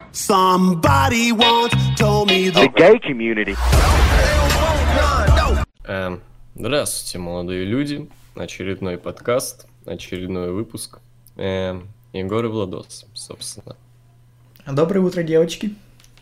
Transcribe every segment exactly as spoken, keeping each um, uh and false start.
Somebody once told me the gay community. Эм, здравствуйте, молодые люди. Очередной подкаст, очередной выпуск. Эм, Егор и Владос, собственно. Доброе утро, девочки.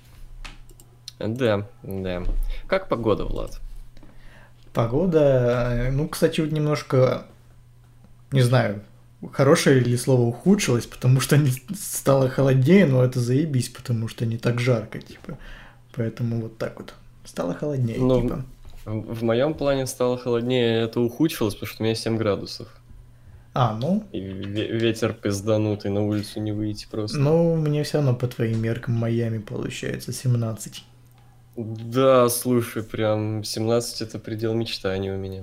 Да, да. Как погода, Влад? Погода, ну, кстати, вот немножко, не знаю, хорошее ли слово ухудшилось, потому что не стало холоднее, но это заебись, потому что не так жарко, типа. Поэтому вот так вот. Стало холоднее, ну, типа. В, в моем плане стало холоднее, это ухудшилось, потому что у меня семь градусов. А, ну? И ветер пизданутый, на улицу не выйти просто. Ну, мне все равно по твоим меркам Майами получается семнадцать. Да, слушай, прям семнадцать это предел мечтаний у меня.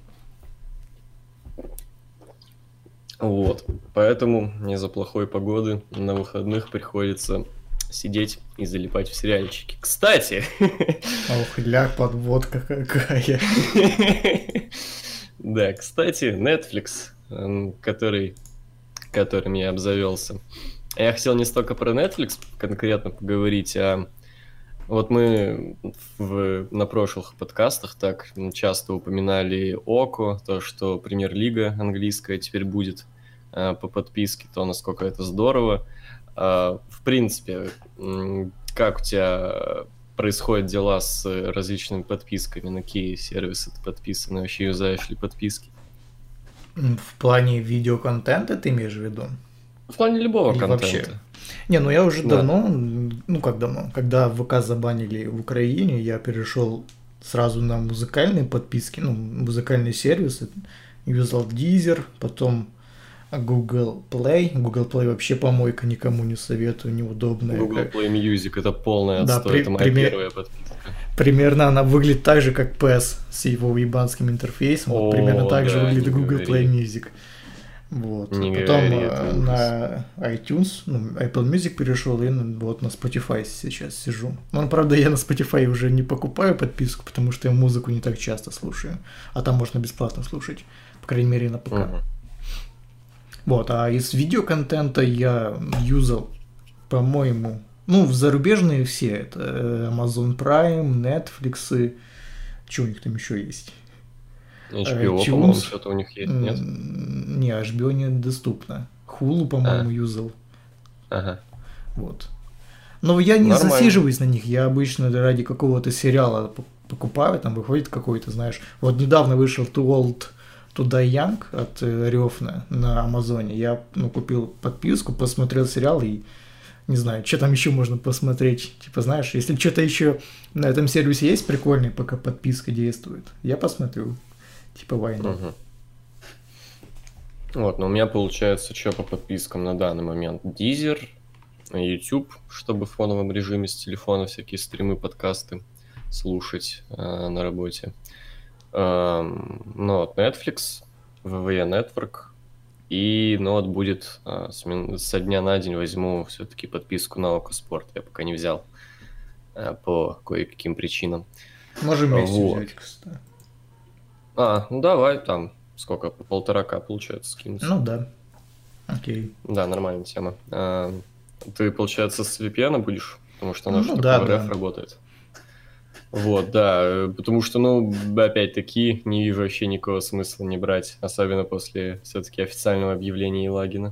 Вот, поэтому из-за плохой погоды на выходных приходится сидеть и залипать в сериальчики. Кстати! Ох, ля, подводка какая. Да, кстати, Netflix, который, которым я обзавелся. Я хотел не столько про Netflix конкретно поговорить, а вот мы в, на прошлых подкастах так часто упоминали Око, то, что премьер-лига английская теперь будет э, по подписке, то, насколько это здорово. Э, в принципе, э, как у тебя происходят дела с различными подписками, на какие сервисы ты подписан, вообще юзаешь ли подписки? В плане видеоконтента ты имеешь в виду? В плане любого Или контента. Вообще? Не, ну я уже Да. давно, ну как давно, когда ВК забанили в Украине, я перешел сразу на музыкальные подписки, ну, музыкальные сервисы, юзал Deezer, потом Google Play. Google Play вообще помойка, никому не советую, неудобная. Google как... Play Music это полная Да, отстой, при- это моя пример- первая подписка. Примерно она выглядит так же, как пи эс с его ебанским интерфейсом, вот О, примерно так да, же выглядит не Google говори. Play Music. Вот. Не Потом говори, э, это ужас. на iTunes, ну, Apple Music перешел, и ну, вот на Spotify сейчас сижу. Ну, правда, я на Spotify уже не покупаю подписку, потому что я музыку не так часто слушаю. А там можно бесплатно слушать, по крайней мере, на ПК. Мгм. Вот, а из видеоконтента я юзал, по-моему, ну, в зарубежные все, это э, Amazon Prime, Netflix, и что у них там еще есть? эйч би о, iTunes. по-моему, что-то у них есть, нет? М, Не, эйч би о недоступно. Hulu, по-моему, А. юзал. Ага. Вот. Но я не Нормально. засиживаюсь на них, я обычно ради какого-то сериала п- покупаю, там выходит какой-то, знаешь. Вот недавно вышел Too Old to Die Young от э, Рёфна на Амазоне. Я ну, купил подписку, посмотрел сериал и не знаю, что там еще можно посмотреть. Типа, знаешь, если что-то еще на этом сервисе есть прикольное, пока подписка действует, я посмотрю. Типа войну. Мгм. Вот, но у меня получается, что по подпискам на данный момент? Deezer, YouTube, чтобы в фоновом режиме с телефона всякие стримы, подкасты слушать э, на работе. Эм, ну, вот Netflix, ви ви и Network. И, ну, вот будет э, с мин- со дня на день возьму все-таки подписку на Око Спорт. Я пока не взял э, по кое-каким причинам. Можем вместе Вот. взять, кстати. А, ну давай там, сколько, по полторака получается скинуться. Ну да. Окей. Да, нормальная тема. А, ты, получается, с ви пи эн будешь? Потому что она Ну же только да, в РФ да. работает. Вот, да, э, потому что, ну, опять-таки, не вижу вообще никакого смысла не брать, особенно после все-таки официального объявления Елагина.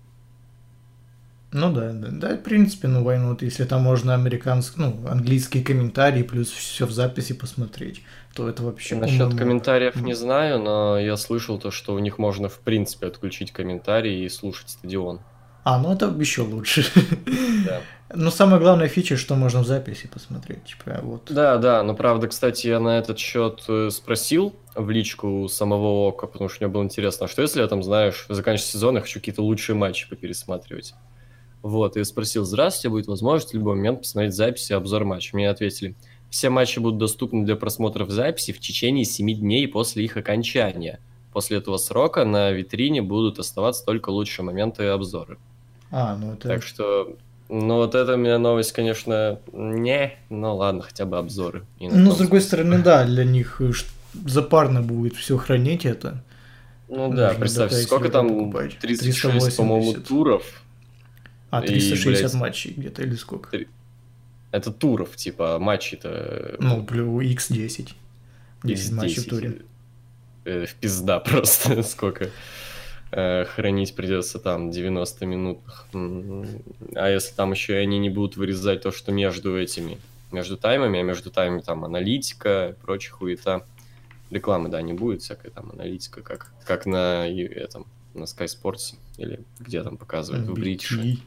Ну да, да, да, в принципе, ну войну, вот если там можно американский, ну, английские комментарии, плюс все в записи посмотреть, то это вообще, Насчет по-моему, комментариев м, не знаю, но я слышал то, что у них можно, в принципе, отключить комментарии и слушать стадион. А, ну это еще лучше. Да. Но самая главная фича, что можно в записи посмотреть, типа, вот. Да, да, но правда, кстати, я на этот счет э, спросил в личку у самого Ока, потому что мне было интересно, а что если я там, знаешь, заканчиваю сезон, я хочу какие-то лучшие матчи попересматривать. Вот, и я спросил, здравствуйте, будет возможность в любой момент посмотреть записи и обзор матча. Мне ответили, все матчи будут доступны для просмотра в записи в течение семи дней после их окончания. После этого срока на витрине будут оставаться только лучшие моменты и обзоры. А, ну это... Так что, ну вот это у меня новость, конечно, не, ну ладно, хотя бы обзоры. И на Ну, том с другой спасибо. стороны, да, для них э, ш- запарно будет все хранить это. Ну да, Нужно представь, дата, сколько если там, покупать. тридцать шесть, по-моему, триста восемьдесят. туров. А, И, триста шестьдесят блядь, матчей где-то или сколько? три- это туров, типа, матчей-то Ну, плюс икс десять. десять икс матчей в десять. туре. Э, в пизда просто сколько э, хранить придется там девяносто минут. М, А если там еще и они не будут вырезать то, что между этими, между таймами, а между таймами там аналитика и прочая хуета. Рекламы, да, не будет, всякая там аналитика, как, как на и- этом, на Sky Sports или где там показывают, в Бритише. би ти.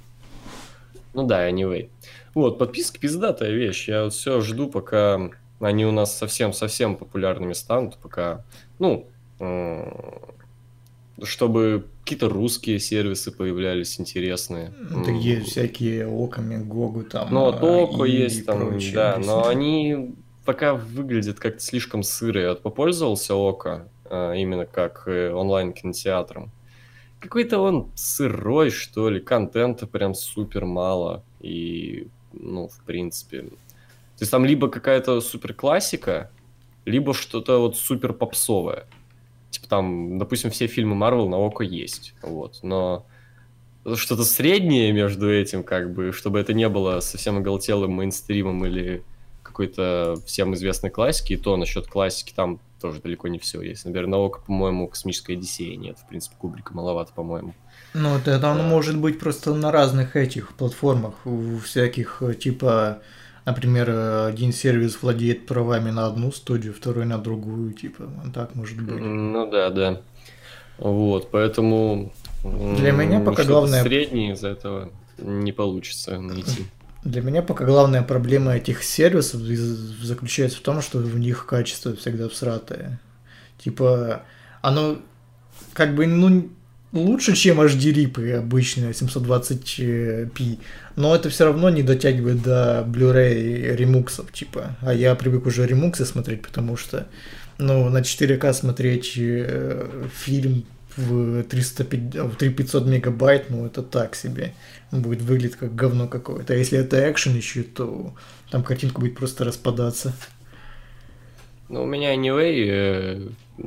Ну да, anyway. Вот, подписки пиздатая вещь. Я вот все жду, пока они у нас совсем-совсем популярными станут, пока, ну, м, чтобы какие-то русские сервисы появлялись интересные. Ну, так М, есть всякие Оками, Гогу там. Ну, а, Токо и есть там, прочие да, но дресня. они пока выглядят как-то слишком сырые. Вот попользовался Око, а, именно как э, онлайн-кинотеатром. Какой-то он сырой, что ли, контента прям супер мало. И, ну, в принципе... То есть там либо какая-то супер классика, либо что-то вот супер попсовое. Типа там, допустим, все фильмы Марвел на Око есть, вот, но что-то среднее между этим, как бы, чтобы это не было совсем оголтелым мейнстримом или какой-то всем известной классики, и то насчет классики там тоже далеко не все есть. Например, на Око, по-моему, «Космическая Одиссея» нет, в принципе, Кубрика маловато, по-моему. Ну, вот это оно Да. может быть просто на разных этих платформах, у всяких, э, типа, например, э, один сервис владеет правами на одну студию, второй на другую, типа, вот так может быть. М, Ну да, да. Вот, поэтому Для меня м, пока что-то главное, среднее из этого не получится найти. для меня пока главная проблема этих сервисов из- заключается в том, что в них качество всегда всратое. Типа, оно как бы, ну, лучше, чем эйч ди-рипы обычные семьсот двадцать пи, но это все равно не дотягивает до Blu-ray ремуксов, типа. А я привык уже ремуксы смотреть, потому что, ну, на четыре ка смотреть э, фильм в триста пятьдесят, в три тысячи пятьсот мегабайт, ну, это так себе. Будет выглядеть как говно какое-то. А если это экшен еще, то там картинка будет просто распадаться. Ну, у меня anyway э,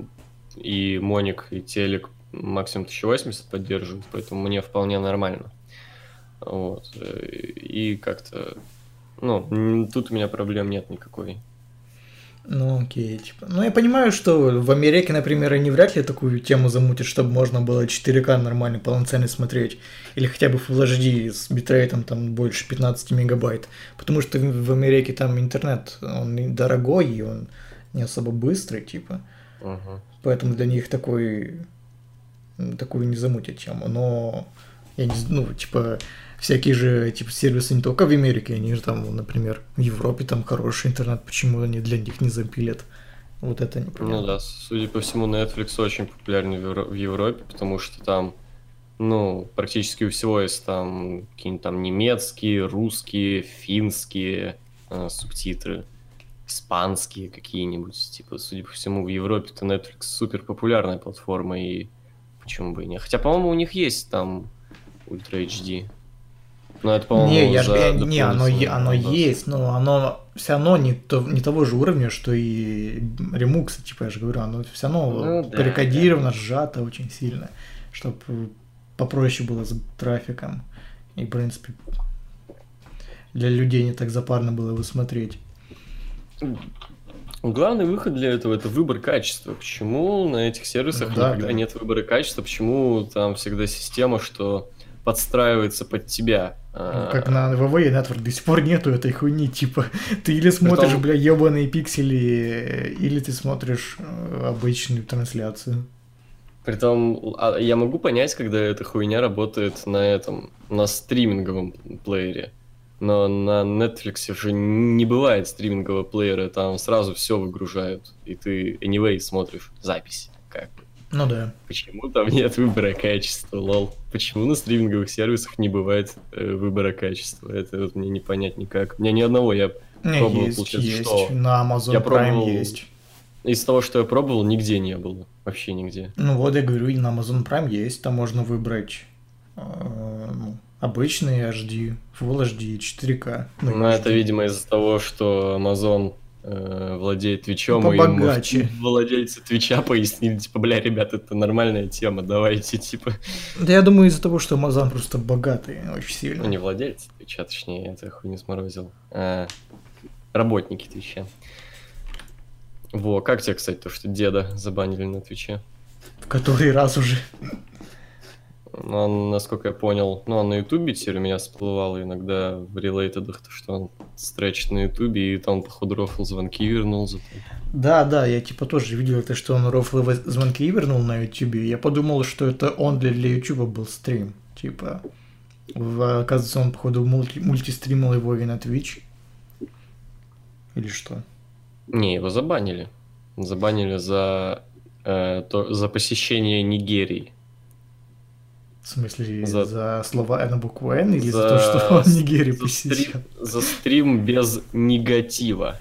и моник, и телек максимум тысяча восемьдесят поддерживают, поэтому мне вполне нормально. Вот. э, И как-то... Ну, м, тут у меня проблем нет никакой. Ну, окей, типа. Ну, я понимаю, что в Америке, например, они вряд ли такую тему замутят, чтобы можно было четыре ка нормально, полноценно смотреть. Или хотя бы Full эйч ди с битрейтом там больше пятнадцать мегабайт. Потому что в в Америке там интернет, он и дорогой, и он не особо быстрый, типа. Мгм. Поэтому для них такой, м, такую не замутят тему. Но, я не з- ну, типа, всякие же типа сервисы не только в Америке, они же там, например, в Европе там хороший интернет, почему они для них не запилят? Вот это Ну непонятно. да, судя по всему, Netflix очень популярен в Евро- в Европе, потому что там, ну, практически у всего есть там какие-нибудь там немецкие, русские, финские э, субтитры, испанские какие-нибудь. Типа, судя по всему, в Европе-то Netflix супер популярная платформа, и почему бы и нет. Хотя, по-моему, у них есть там Ультра эйч ди. Но это, Не, по-моему, я ж, за э, не, оно, е- дополнительный оно бабос. есть, но оно все равно не, то, не того же уровня, что и ремуксы, типа я же говорю, оно все равно Ну да, перекодировано, сжато очень сильно, чтобы попроще было с трафиком. И, в принципе, для людей не так запарно было его смотреть. Главный выход для этого — это выбор качества. Почему на этих сервисах Ну да, никогда да. нет выбора качества? Почему там всегда система, что подстраивается под тебя? Ну, как А, на ви ви и Network до сих пор нету этой хуйни, типа, ты или смотришь, Притом- бля, ебаные пиксели, или ты смотришь э, обычную трансляцию. Притом, а, я могу понять, когда эта хуйня работает на этом, на стриминговом плеере. Но на Netflix же не бывает стримингового плеера, там сразу все выгружают, и ты anyway смотришь запись. Как бы. Ну да. Почему там нет выбора качества, лол? Почему на стриминговых сервисах не бывает э, выбора качества? Это вот мне не понять никак. У меня ни одного, я Не, пробовал, есть, получается, есть. что? На Amazon Я Prime пробовал- есть. Из того, что я пробовал, нигде не было. Вообще нигде. Ну вот я говорю, и на Amazon Prime есть, там можно выбрать э, ну, обычный эйч ди, Full эйч ди, четыре ка. Ну, эйч это, ди. видимо, из-за того, что Amazon э, владеет Твичом, Ну, и побогаче. может, владельцы Твича пояснили, типа, бля, ребят, это нормальная тема, давайте, типа... Да я думаю из-за того, что Амазон просто богатый очень сильно. Ну, не владельцы Твича, точнее, я это хуй не сморозил. А работники Твича. Во, как тебе, кстати, то, что деда забанили на Твиче? В который раз уже. Ну, он, насколько я понял, ну, он на Ютубе теперь у меня всплывал иногда в релейтедах, то, что он стречит на Ютубе, и там, походу, рофл звонки вернул за Да, да, я типа тоже видел это, что он рофловые звонки вернул на Ютубе. Я подумал, что это он для, для Ютуба был стрим. Типа, в, оказывается, он, походу, мульти, мультистримил его и на Twitch. Или что? Не, его забанили. Забанили за, э, то, за посещение Нигерии. В смысле, За- за, слова на букву Н или за, то, что он с- Нигерию за посещал? стрим, за стрим без негатива.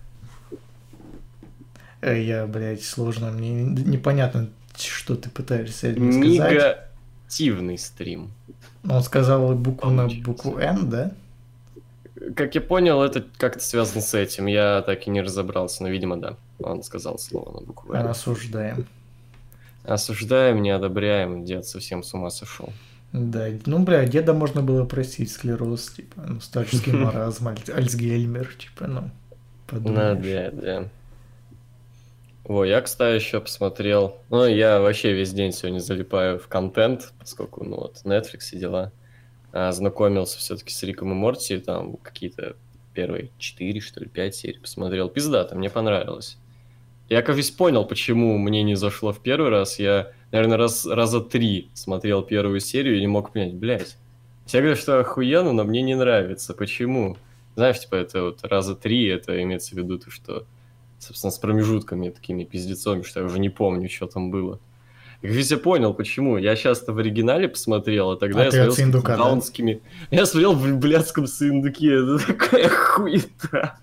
Э, Я, блядь, сложно, мне непонятно, что ты пытаешься мне сказать. Негативный стрим. Он сказал букву на Получается. букву Н, да? Как я понял, это как-то связано с этим. Я так и не разобрался, но, видимо, да. Он сказал слово на букву «Н». Осуждаем. Осуждаем, не одобряем, дед совсем с ума сошел. Да, ну, бля, деда можно было простить, склероз, типа, ну, старческий маразм, аль- Альцгеймер, типа, ну, Ну, подумаешь. да, да. О, я, кстати, еще посмотрел. Ну, я вообще весь день сегодня залипаю в контент, поскольку, ну, вот, Netflix и дела. А, знакомился все-таки с Риком и Морти, там какие-то первые четыре, что ли, пять серий посмотрел. Пиздато, мне понравилось. Я, как весь понял, почему мне не зашло в первый раз. Я, наверное, раз, раза три смотрел первую серию и не мог понять, блядь. Все говорят, что охуенно, но мне не нравится. Почему? Знаешь, типа, это вот раза три, это имеется в виду то, что, собственно, с промежутками такими пиздецами, что я уже не помню, что там было. Я, как весь понял, почему. Я часто в оригинале посмотрел, а тогда А я ты смотрел от с какими-то Сындука, да? даунскими... Я смотрел в блядском Сындуке, это такая хуета.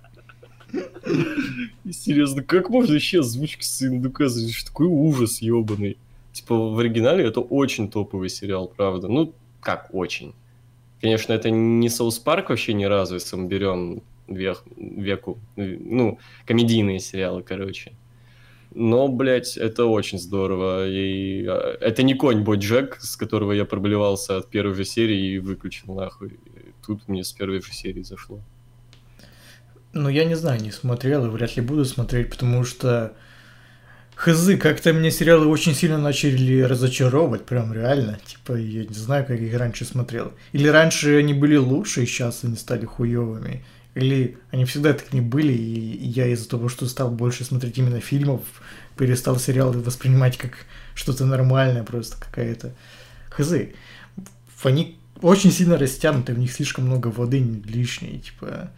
И серьезно, как можно еще озвучки Сындука? Что такой ужас ебаный. Типа в оригинале это очень топовый сериал, правда. Ну, как очень. Конечно, это не Соус Парк вообще ни разу, если мы берем век, веку, ну, комедийные сериалы, короче. Но, блядь, это очень здорово. И а, это не конь Боджек, с которого я проблевался от первой же серии и выключил нахуй. И тут мне с первой же серии зашло. Ну, я не знаю, не смотрел и вряд ли буду смотреть, потому что... Хз, как-то мне сериалы очень сильно начали разочаровывать, прям реально. Типа, я не знаю, как их раньше смотрел. Или раньше они были лучше, и сейчас они стали хуёвыми. Или они всегда такими были, и я из-за того, что стал больше смотреть именно фильмов, перестал сериалы воспринимать как что-то нормальное, просто какая-то... Хз. Они очень сильно растянуты, в них слишком много воды лишней, типа...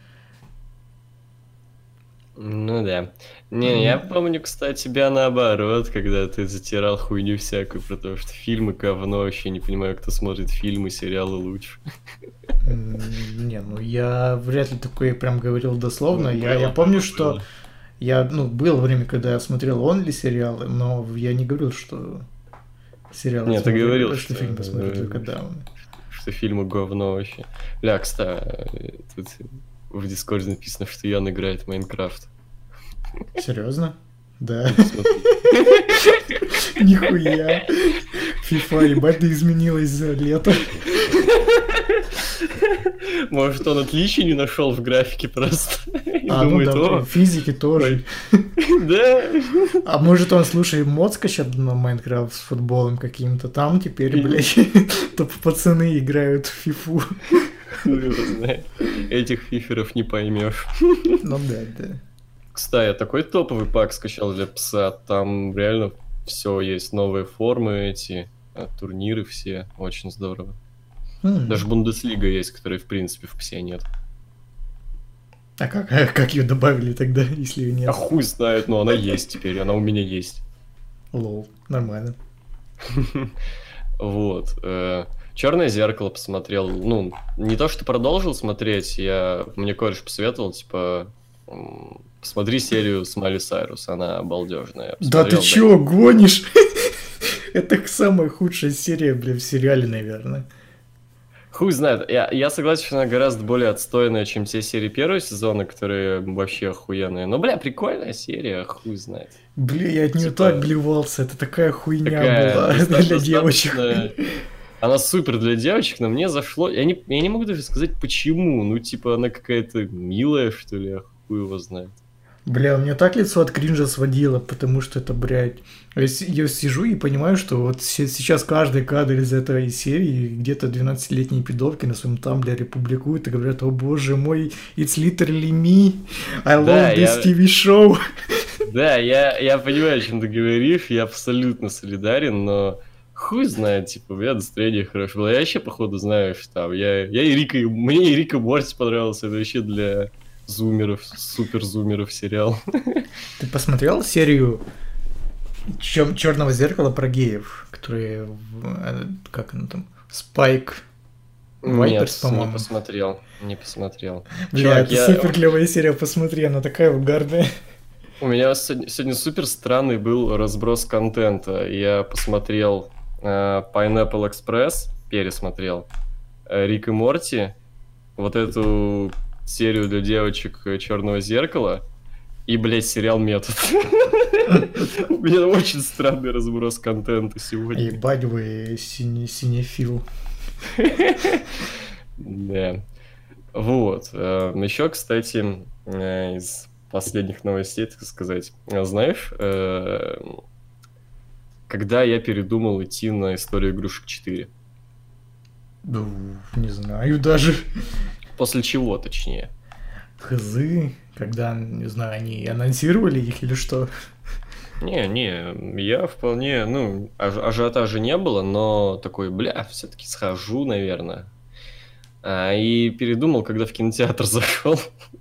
Ну да. Не, я помню, кстати, тебя наоборот, когда ты затирал хуйню всякую про то, что фильмы говно, вообще не понимаю, кто смотрит фильмы, сериалы лучше. Не, ну я вряд ли такое прям говорил дословно. Ну, Я, было, я помню, было, что было. я, ну, было время, когда я смотрел онли сериалы, но я не говорил, что сериалы Нет, ты смотрю, говорил, что, что, фильмы смотрю э, только дауны. Что фильмы говно вообще. Ля, кстати, тут в Дискорде написано, что Ян играет в Майнкрафт. Серьезно? Да. Смотри. Нихуя. FIFA, ебать, да изменилась за лето. Может, он отличий не нашел в графике просто. И А, ну думает, да, «О, в физике тоже. да. А может он, слушай, мод скачал на Майнкрафт с футболом каким-то, там теперь, блядь, топ пацаны играют в фифу. Хуй его знает. Этих фиферов не поймешь. Ну да, да. Кстати, я такой топовый пак скачал для пса. Там реально все есть. Новые формы эти, а, турниры все. Очень здорово. М. Даже Бундеслига есть, которой, в принципе, в псе нет. А как, а как ее добавили тогда, если ее А нет? хуй знает, но она есть теперь. Она у меня есть. Лол, нормально. Вот. Черное зеркало посмотрел. Ну, не то, что продолжил смотреть, я мне кореш посоветовал, типа, м, посмотри серию с Майли Сайрус, она обалдежная. Да ты чё, гонишь? Это самая худшая серия, бля, в сериале, наверное. Хуй знает. Я, я согласен, что она гораздо более отстойная, чем те серии первого сезона, которые вообще охуенные. Но, бля, прикольная серия, хуй знает. Бля, я от нее Типа, так блевался, это такая хуйня такая была доста- для девочек. достаточно- Она супер для девочек, но мне зашло... Я не, я не могу даже сказать, почему. Ну, типа, она какая-то милая, что ли, а хуй его знает. Бля, у меня так лицо от кринжа сводило, потому что это, блядь... Я, с- я сижу и понимаю, что вот се- сейчас каждый кадр из этой серии где-то двенадцатилетние пидовки на своем тамблере публикуют и говорят: о боже мой, it's literally me, I love Да, this я- ти ви show. Да, я, я понимаю, о чем ты говоришь, я абсолютно солидарен, но хуй знает, типа, у меня настроение хорошее было. Я вообще, походу, знаю, что там, я, я и Рика, и- мне и Рика Морти понравился, это вообще для зумеров, супер зумеров сериал. Ты посмотрел серию Черного зеркала про геев, которые, в- э, как она там, Спайк Нет, Вайперс, не по-моему. посмотрел, не посмотрел. Бля, Чувак, это я- супер клевая серия, посмотри, она такая угарная. У меня сегодня, сегодня супер странный был разброс контента. Я посмотрел э, Pineapple Express, пересмотрел, э, Рик и Морти, вот эту серию для девочек э, Черного зеркала и, блядь, сериал Метод. У меня очень странный разброс контента сегодня. Ебать вы сине- синефил. Да. Вот. Еще, кстати, э, из последних новостей, так сказать, э, знаешь, э, когда я передумал идти на историю игрушек четыре? Ну, не знаю даже. После чего, точнее? Хз, когда, не знаю, они анонсировали их или что? Не, не, я вполне, ну, аж- ажиотажа не было, но такой, бля, все-таки схожу, наверное. А, и передумал, когда в кинотеатр зашел.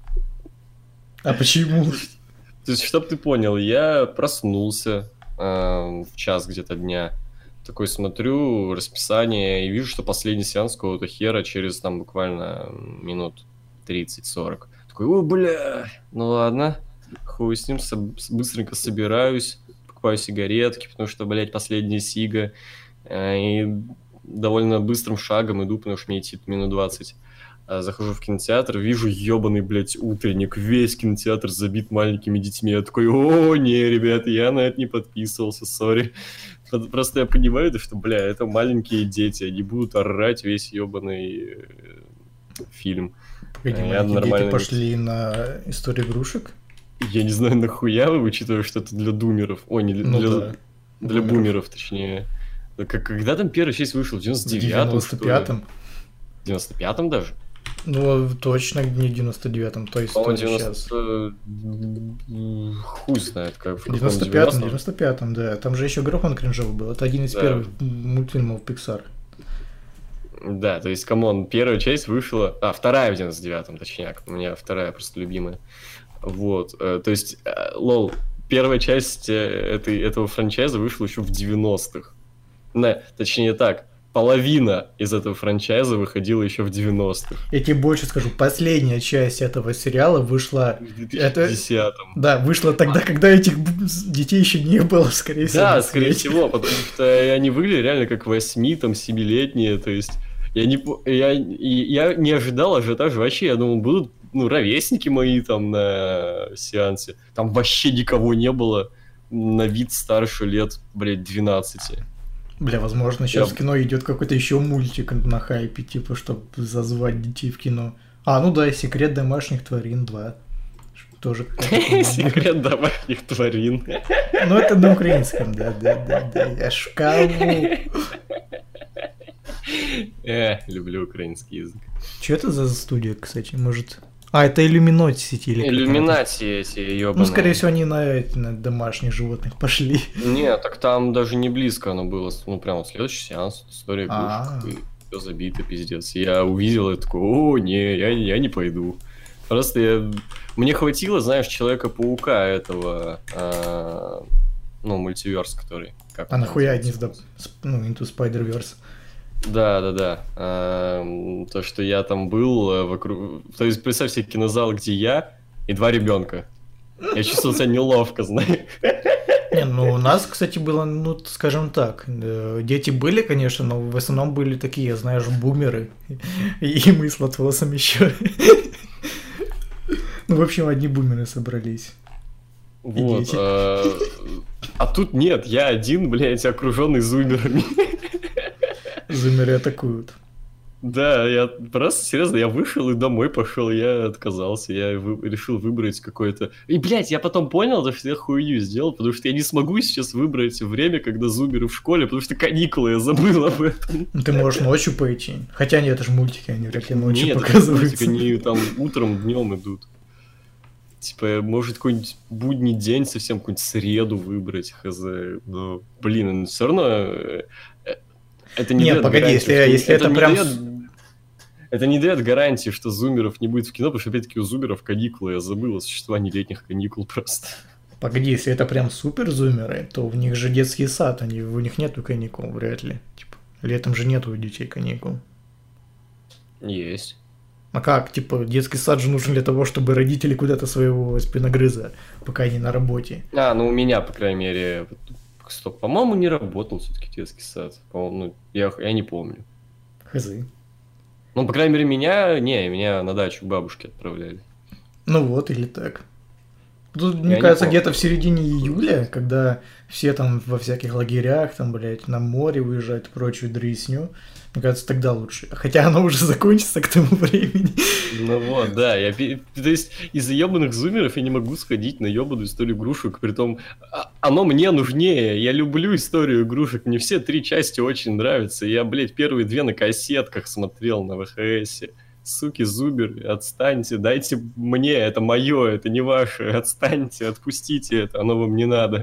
А почему? То есть, чтоб ты понял, я проснулся э, в час где-то дня, такой смотрю расписание и вижу, что последний сеанс какого-то хера через там буквально минут тридцать-сорок. Такой, о, бля, ну ладно, хуй с ним, со- быстренько собираюсь, покупаю сигаретки, потому что, блядь, последняя сига, э, и довольно быстрым шагом иду, потому что мне идти минут двадцать. А, захожу в кинотеатр, вижу ебаный, блядь, утренник, весь кинотеатр забит маленькими детьми. Я такой, о, не, ребят, я на это не подписывался, сори. Просто я понимаю, что, бля, это маленькие дети, они будут орать весь ебаный э, фильм. Погоди, Я маленькие нормально дети не- пошли на историю игрушек? Я не знаю, нахуя вы, учитывая, что это для думеров. Ой, не для, Ну для, да. для Бумеров. бумеров, точнее. Да как- Когда там первая часть вышла? В В девяносто девятом, девяносто пятом. В девяносто пятом даже? Ну, точно не в девяносто девятом, то есть По-моему, тоже сейчас. девяносто... Хуй знает, как в В каком девяносто пятом, девяностом. девяносто пятом, да. Там же еще Грохман кринжовый был. Это один из Да. первых мультфильмов Pixar. Да, то есть, камон, первая часть вышла... А, вторая в девяносто девятом, точняк. У меня вторая просто любимая. Вот, э, то есть, э, лол, первая часть э, этой, этого франчайза вышла еще в девяностых. Не, точнее так, половина из этого франчайза выходила еще в девяностых. Я тебе больше скажу, последняя часть этого сериала вышла... В две Это- тысячи десятом. Да, вышла тогда, когда этих б- детей еще не было, скорее всего. Да, на скорее свете. всего, потому что они выглядели реально как восьми, там, семилетние, то есть я не, по- я, и я не ожидал ажиотажа вообще, я думал, будут, ну, ровесники мои там на сеансе, там вообще никого не было, на вид старше лет, блядь, двенадцати. Бля, возможно, сейчас Я- в кино идет какой-то еще мультик на хайпе, типа, чтобы зазвать детей в кино. А, ну да, «Секрет домашних тварин два». Тоже какая-то команда. Секрет домашних тварин. Ну, это на украинском, да, да, да, да, я ж кого. Э, люблю украинский язык. Че это за студия, кстати, может... А, это Иллюминати сети или как она там? Иллюминати эти ёбаные. Ну, скорее всего, они на, эти, на домашних животных пошли. Не, так там даже не близко оно было. Ну, прям вот следующий сеанс, история А. игрушек, и все забито, пиздец. Я увидел и такой, о, не, я, я не пойду. Просто я... Мне хватило, знаешь, Человека-паука этого, а, ну, мультиверс, который... Как А он нахуя называется? они сюда, ну, Into Spider-Verse? Да, да, да. А, то, что я там был э, вокруг... То есть, представь себе кинозал, где я и два ребенка. Я чувствовал себя неловко, знаешь. Не, ну у нас, кстати, было, ну, скажем так, э, дети были, конечно, но в основном были такие, знаешь, бумеры. И мы с Латвосом еще. Ну, в общем, одни бумеры собрались. Вот. дети. А, а тут нет, я один, блядь, окруженный зумерами. Зумеры атакуют. Да, я просто, серьезно, я вышел и домой пошел, я отказался, я вы- решил выбрать какое-то... И, блядь, я потом понял, да, что я хуйню сделал, потому что я не смогу сейчас выбрать время, когда зумеры в школе, потому что каникулы, я забыл об этом. Ну, ты можешь ночью пойти. Хотя нет, это же мультики, они вряд ли ночью Нет, это показываются. мультик, они там утром, днем идут. Типа, может, какой-нибудь будний день, совсем какую-нибудь среду выбрать, хз. Но, блин, все равно... э, э, Это не Нет, дает погоди, гарантии, если- что- если это не прям дает- с- Это не дает гарантии, что зумеров не будет в кино, потому что, опять-таки, у зумеров каникулы. Я забыл о существовании летних каникул просто. Погоди, если это прям супер зумеры, то в них же детский сад, они, у них нету каникул, вряд ли. Типа, летом же нету у детей каникул. Есть. А как, типа, детский сад же нужен для того, чтобы родители куда-то своего спиногрыза, пока они на работе. А, ну у меня, по крайней мере... Стоп, по-моему, не работал все-таки детский сад. По-моему, ну, я, я не помню. Хз. Ну, по крайней мере, меня... Не, меня на дачу к бабушке отправляли. Ну вот, или так. Тут, Я мне не кажется, помню. где-то в середине июля, когда все там во всяких лагерях, там, блядь, на море выезжают и прочую дрысню, мне кажется, тогда лучше. Хотя оно уже закончится к тому времени. Ну вот, да. Я, пи- то есть из-за ебаных зумеров я не могу сходить на ебаную историю игрушек. Притом а- оно мне нужнее. Я люблю историю игрушек. Мне все три части очень нравятся. Я, блядь, первые две на кассетках смотрел на ВХСе. Суки, зумеры, отстаньте, дайте мне, это мое, это не ваше. Отстаньте, отпустите это, оно вам не надо.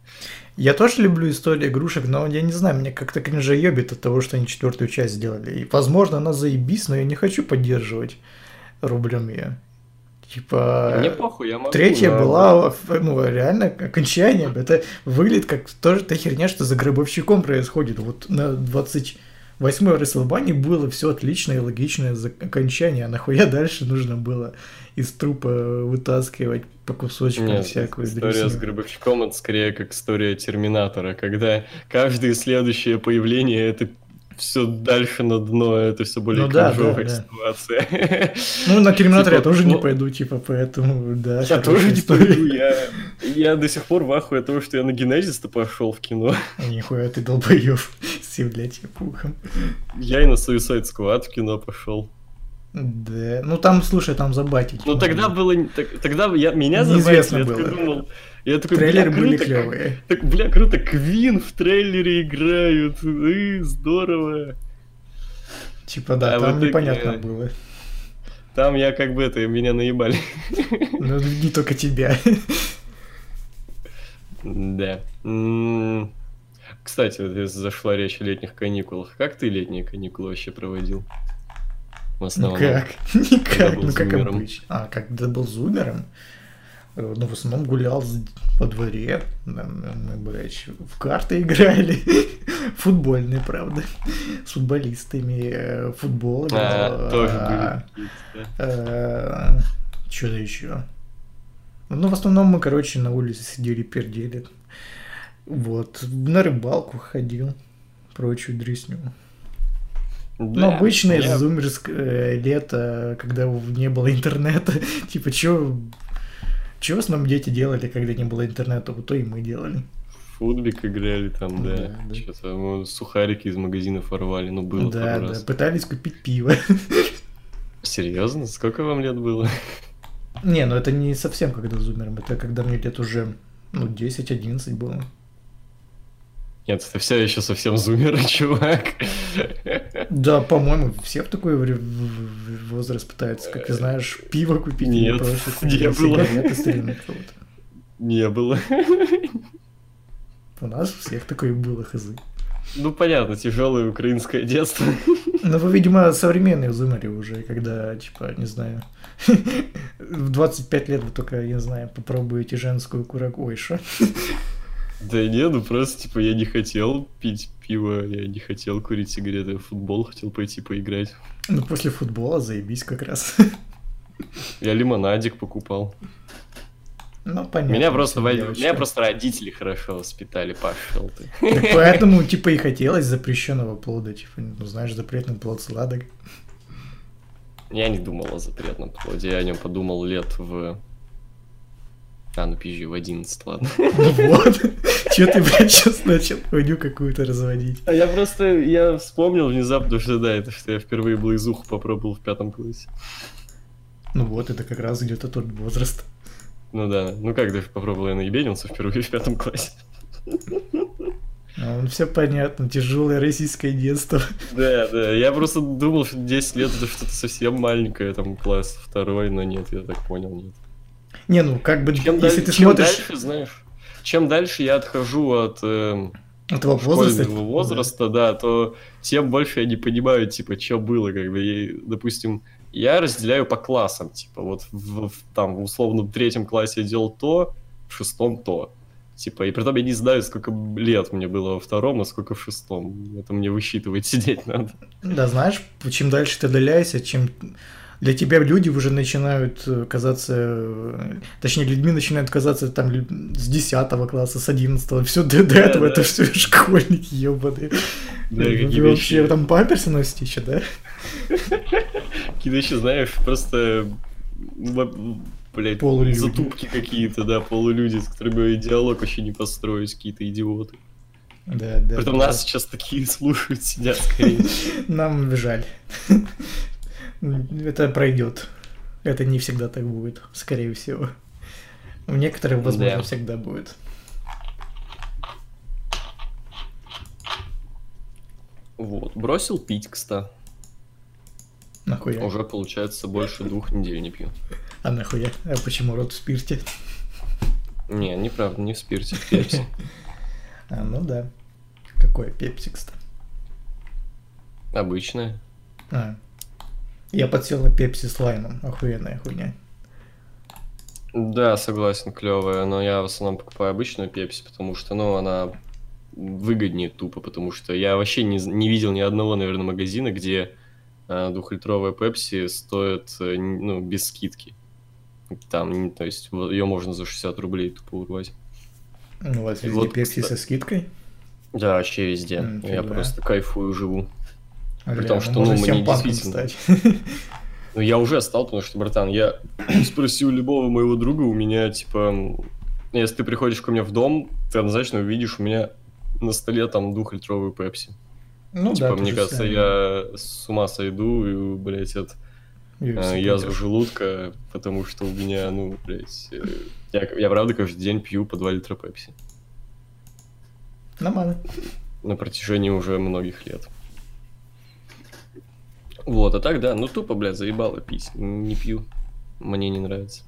Я тоже люблю историю игрушек, но я не знаю, мне как-то кринжоебит от того, что они четвертую часть сделали. И, возможно, она заебись, но я не хочу поддерживать рублем ее. Типа... Мне похуй, я могу. Третья но- была, ну, реально, окончание. Это выглядит как тоже та херня, что за гробовщиком происходит. Вот на двадцать восьмой Расселмане было все отличное и логичное за- окончание. А нахуя дальше нужно было из трупа вытаскивать по кусочкам Нет, всякую история дресню? с Гробовщиком это скорее как история Терминатора, когда каждое следующее появление это все дальше на дно, это все более Ну да, кринжовая да, да. ситуация. Ну, на Терминатор я Типа, тоже не ну, пойду, типа, поэтому, да. Я хорошая тоже не история. пойду, я, я до сих пор в ахуе от того, что я на Генезис-то пошел в кино. А нихуя ты долбоёб с являтием пухом. Я и на Suicide Squad в кино пошел. Да, ну там, слушай, там забатить. Ну тогда было, не- так- тогда я, меня Неизвестно забавили, я такой было. думал, я такой, Трейлеры бля, были круто, клевые. так, бля, круто, Квин в трейлере играют, и, здорово. Типа, да, А в там итоге- непонятно было. Там я как бы это, меня наебали. Ну, не только тебя. Да. М, Кстати, вот если зашла речь о летних каникулах. Как ты летние каникулы вообще проводил? В Ну основном. как? Когда Никак, был ну как зумером. обычно. А, когда был зумером? Э, Ну, в основном гулял с- по дворе. Там, Мы, блядь, в карты играли. Футбольные, правда. С футболистами. э, Футбол играл. А, тоже а, были какие-то, да. Что-то еще. Ну, в основном мы, короче, на улице сидели, пердели. Вот. На рыбалку ходил. Прочую дресню. Ну, Да, обычное я- зумерское лето, когда не было интернета. Типа, чё... Чего в основном дети делали, когда не было интернета? Вот то и мы делали. Футбик играли там, да. Да, да. Что-то мы сухарики из магазинов ворвали, ну было Да, пару да. раз. Пытались купить пиво. Серьезно? Сколько вам лет было? Не, ну это не совсем когда зумером. Это когда мне лет уже, ну, десять-одиннадцать было. Нет, это все еще совсем зумеры, чувак. Да, по-моему, все в такой вре- в- в- возраст пытаются, как ты знаешь, пиво купить или Нет, просто не купить было. сигареты стрельнуть кого-то. Не было. У нас у всех такое было, хз. Ну, понятно, тяжелое украинское детство. Ну, вы, видимо, современные зумеры уже, когда, типа, не знаю, в двадцать пять лет вы только, не знаю, попробуете женскую курок. Ой, шо? Да не, ну просто, типа, я не хотел пить пиво, я не хотел курить сигареты, я в футбол хотел пойти поиграть. Ну, после футбола заебись как раз. Я лимонадик покупал. Ну, понятно. Меня просто, всё, во- девочка. меня просто родители хорошо воспитали, пошел ты. Так поэтому, типа, и хотелось запрещенного плода, типа, ну, знаешь, запретный плод сладок. Я не думал о запретном плоде, я о нем подумал лет в... А, ну пизжи, в одиннадцать, ладно. Ну вот. Че ты, блядь, сейчас начал хуйню какую-то разводить? А я просто, я вспомнил внезапно, что да, это что я впервые блейзуху попробовал в пятом классе. Ну вот, это как раз где-то тот возраст. Ну да, ну как ты попробовал, я наебенился впервые в пятом классе. Ну, все понятно, тяжелое российское детство. Да, да, я просто думал, что десять лет это что-то совсем маленькое, там класс второй, но нет, я так понял, нет. Не, ну как бы, Чем, если даль- ты чем смотришь дальше, знаешь, чем дальше я отхожу от э, этого возраста, школьного возраста, да, то тем больше я не понимаю, типа, что было, как бы, и, допустим, я разделяю по классам, типа, вот в, в, там, в условном третьем классе я делал то, в шестом то, типа, и при этом я не знаю, сколько лет мне было во втором, а сколько в шестом, это мне высчитывать сидеть надо. да, знаешь, чем дальше ты отдаляешься, чем для тебя люди уже начинают казаться, точнее, людьми начинают казаться там с десятого класса, с одиннадцатого, все до, до Да, этого да. это все школьники ебаные. Да, Вы какие-то вообще еще- там памперсы носите еще, да? Какие-то еще, знаешь, просто, м, блядь, Полулюди. затупки какие-то, да, полулюди, с которыми диалог вообще не построить, какие-то идиоты. Да, да. Притом да. нас сейчас такие слушают, сидят скорее. Нам жаль. Это пройдет. Это не всегда так будет, скорее всего. У некоторых, возможно, Да. всегда будет. Вот, бросил пить, кстати. Нахуя? Уже, получается, больше двух недель не пью. А нахуя? А почему рот в спирте? Не, неправда, не в спирте, в пепси. А, ну да. Какое пепси, кстати. Обычное. А. Я подсел на пепси с лаймом. Охуенная хуйня. Да, согласен, клевая, но я в основном покупаю обычную пепси, потому что, ну, она выгоднее тупо, потому что я вообще не, не видел ни одного, наверное, магазина, где э, двухлитровая пепси стоит, э, н- ну, без скидки. Там, н- то есть, ее можно за шестьдесят рублей тупо урвать. Ну, у вас везде Вот, пепси кстати. со скидкой? Да, вообще везде. М, Я фига. просто кайфую, живу. Бля, том, ну что, можно ну, мне всем панком действительно- стать. Ну, я уже стал, потому что, братан, я спросил любого моего друга, у меня, типа, если ты приходишь ко мне в дом, ты однозначно увидишь у меня на столе там двухлитровую пепси. Ну типа, да, мне то же кажется, самое. я с ума сойду, и, блядь, от ю эф си э, язвы пойдёшь. желудка, потому что у меня, ну, блядь, э, я, я правда каждый день пью по два литра пепси. Нормально. На протяжении уже многих лет. Вот, а так, да, ну тупо, блядь, заебало пить. Не пью. Мне не нравится.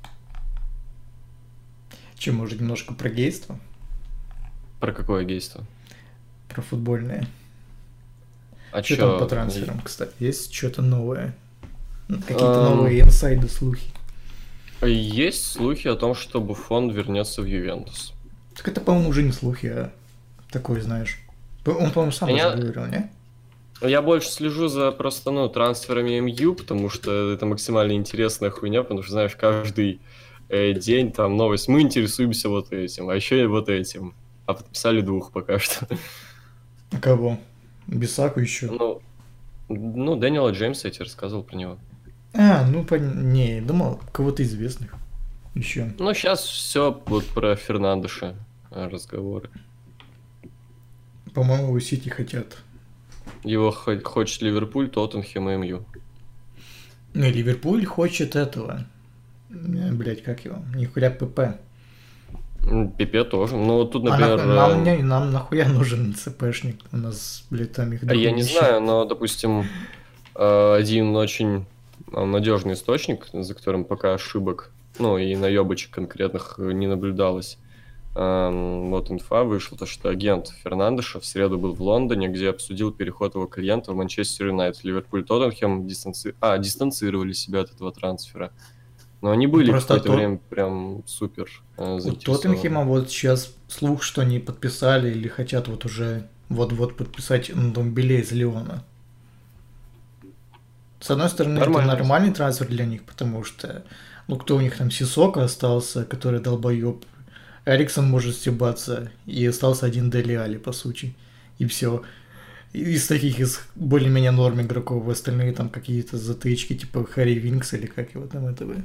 Че, может, немножко про гейство? Про какое гейство? Про футбольное. А Что чё? там по трансферам, кстати? Есть что-то новое? Ну, Какие-то Ам. новые инсайды, слухи? Есть слухи о том, что Буфон вернется в Ювентус. Так это, по-моему, уже не слухи, а такой, знаешь. Он, по-моему, сам Я- уже говорил, не? Я больше слежу за просто, ну, трансферами эм ю, потому что это максимально интересная хуйня, потому что, знаешь, каждый э, день там новость. Мы интересуемся вот этим, а еще и вот этим. А подписали двух пока что. А кого? Бисаку еще. Ну, ну, Дэниела Джеймса я тебе рассказывал про него. А, ну, пон... не, думал, кого-то известных. Еще. Ну, сейчас все вот про Фернандеша э, разговоры. По-моему, у Сити хотят. Его хо- хочет Ливерпуль, Тоттенхэм и эм ю. Не, Ливерпуль хочет этого. Блять, как его? Нихуя ПП. М, Пипе тоже. Ну, вот тут, А например... нах- нам, э, не- нам нахуя нужен ЦПшник? У нас, блядь, там их А я не дохуища. знаю, но, допустим, э, один очень надежный источник, за которым пока ошибок, ну и наебочек конкретных э, не наблюдалось. Эм, Вот инфа вышла, то, что агент Фернандеша в среду был в Лондоне, где обсудил переход его клиента в Манчестер Юнайтед. Ливерпуль, Тоттенхэм дистанци... а, дистанцировали себя от этого трансфера. Но они были Просто какое-то Тот- время прям супер э, У заинтересованы. Тоттенхэма вот сейчас слух, что они подписали или хотят вот уже вот-вот подписать Нdomбеле из Леона. С одной стороны, Нормально. это нормальный трансфер для них, потому что, ну, кто у них там, Сисока остался, который долбоеб, Эриксон может стебаться, и остался один Дели Али, по сути, и все. Из таких, из более-менее норм игроков, остальные там какие-то затычки, типа Харри Винкс или как его там этого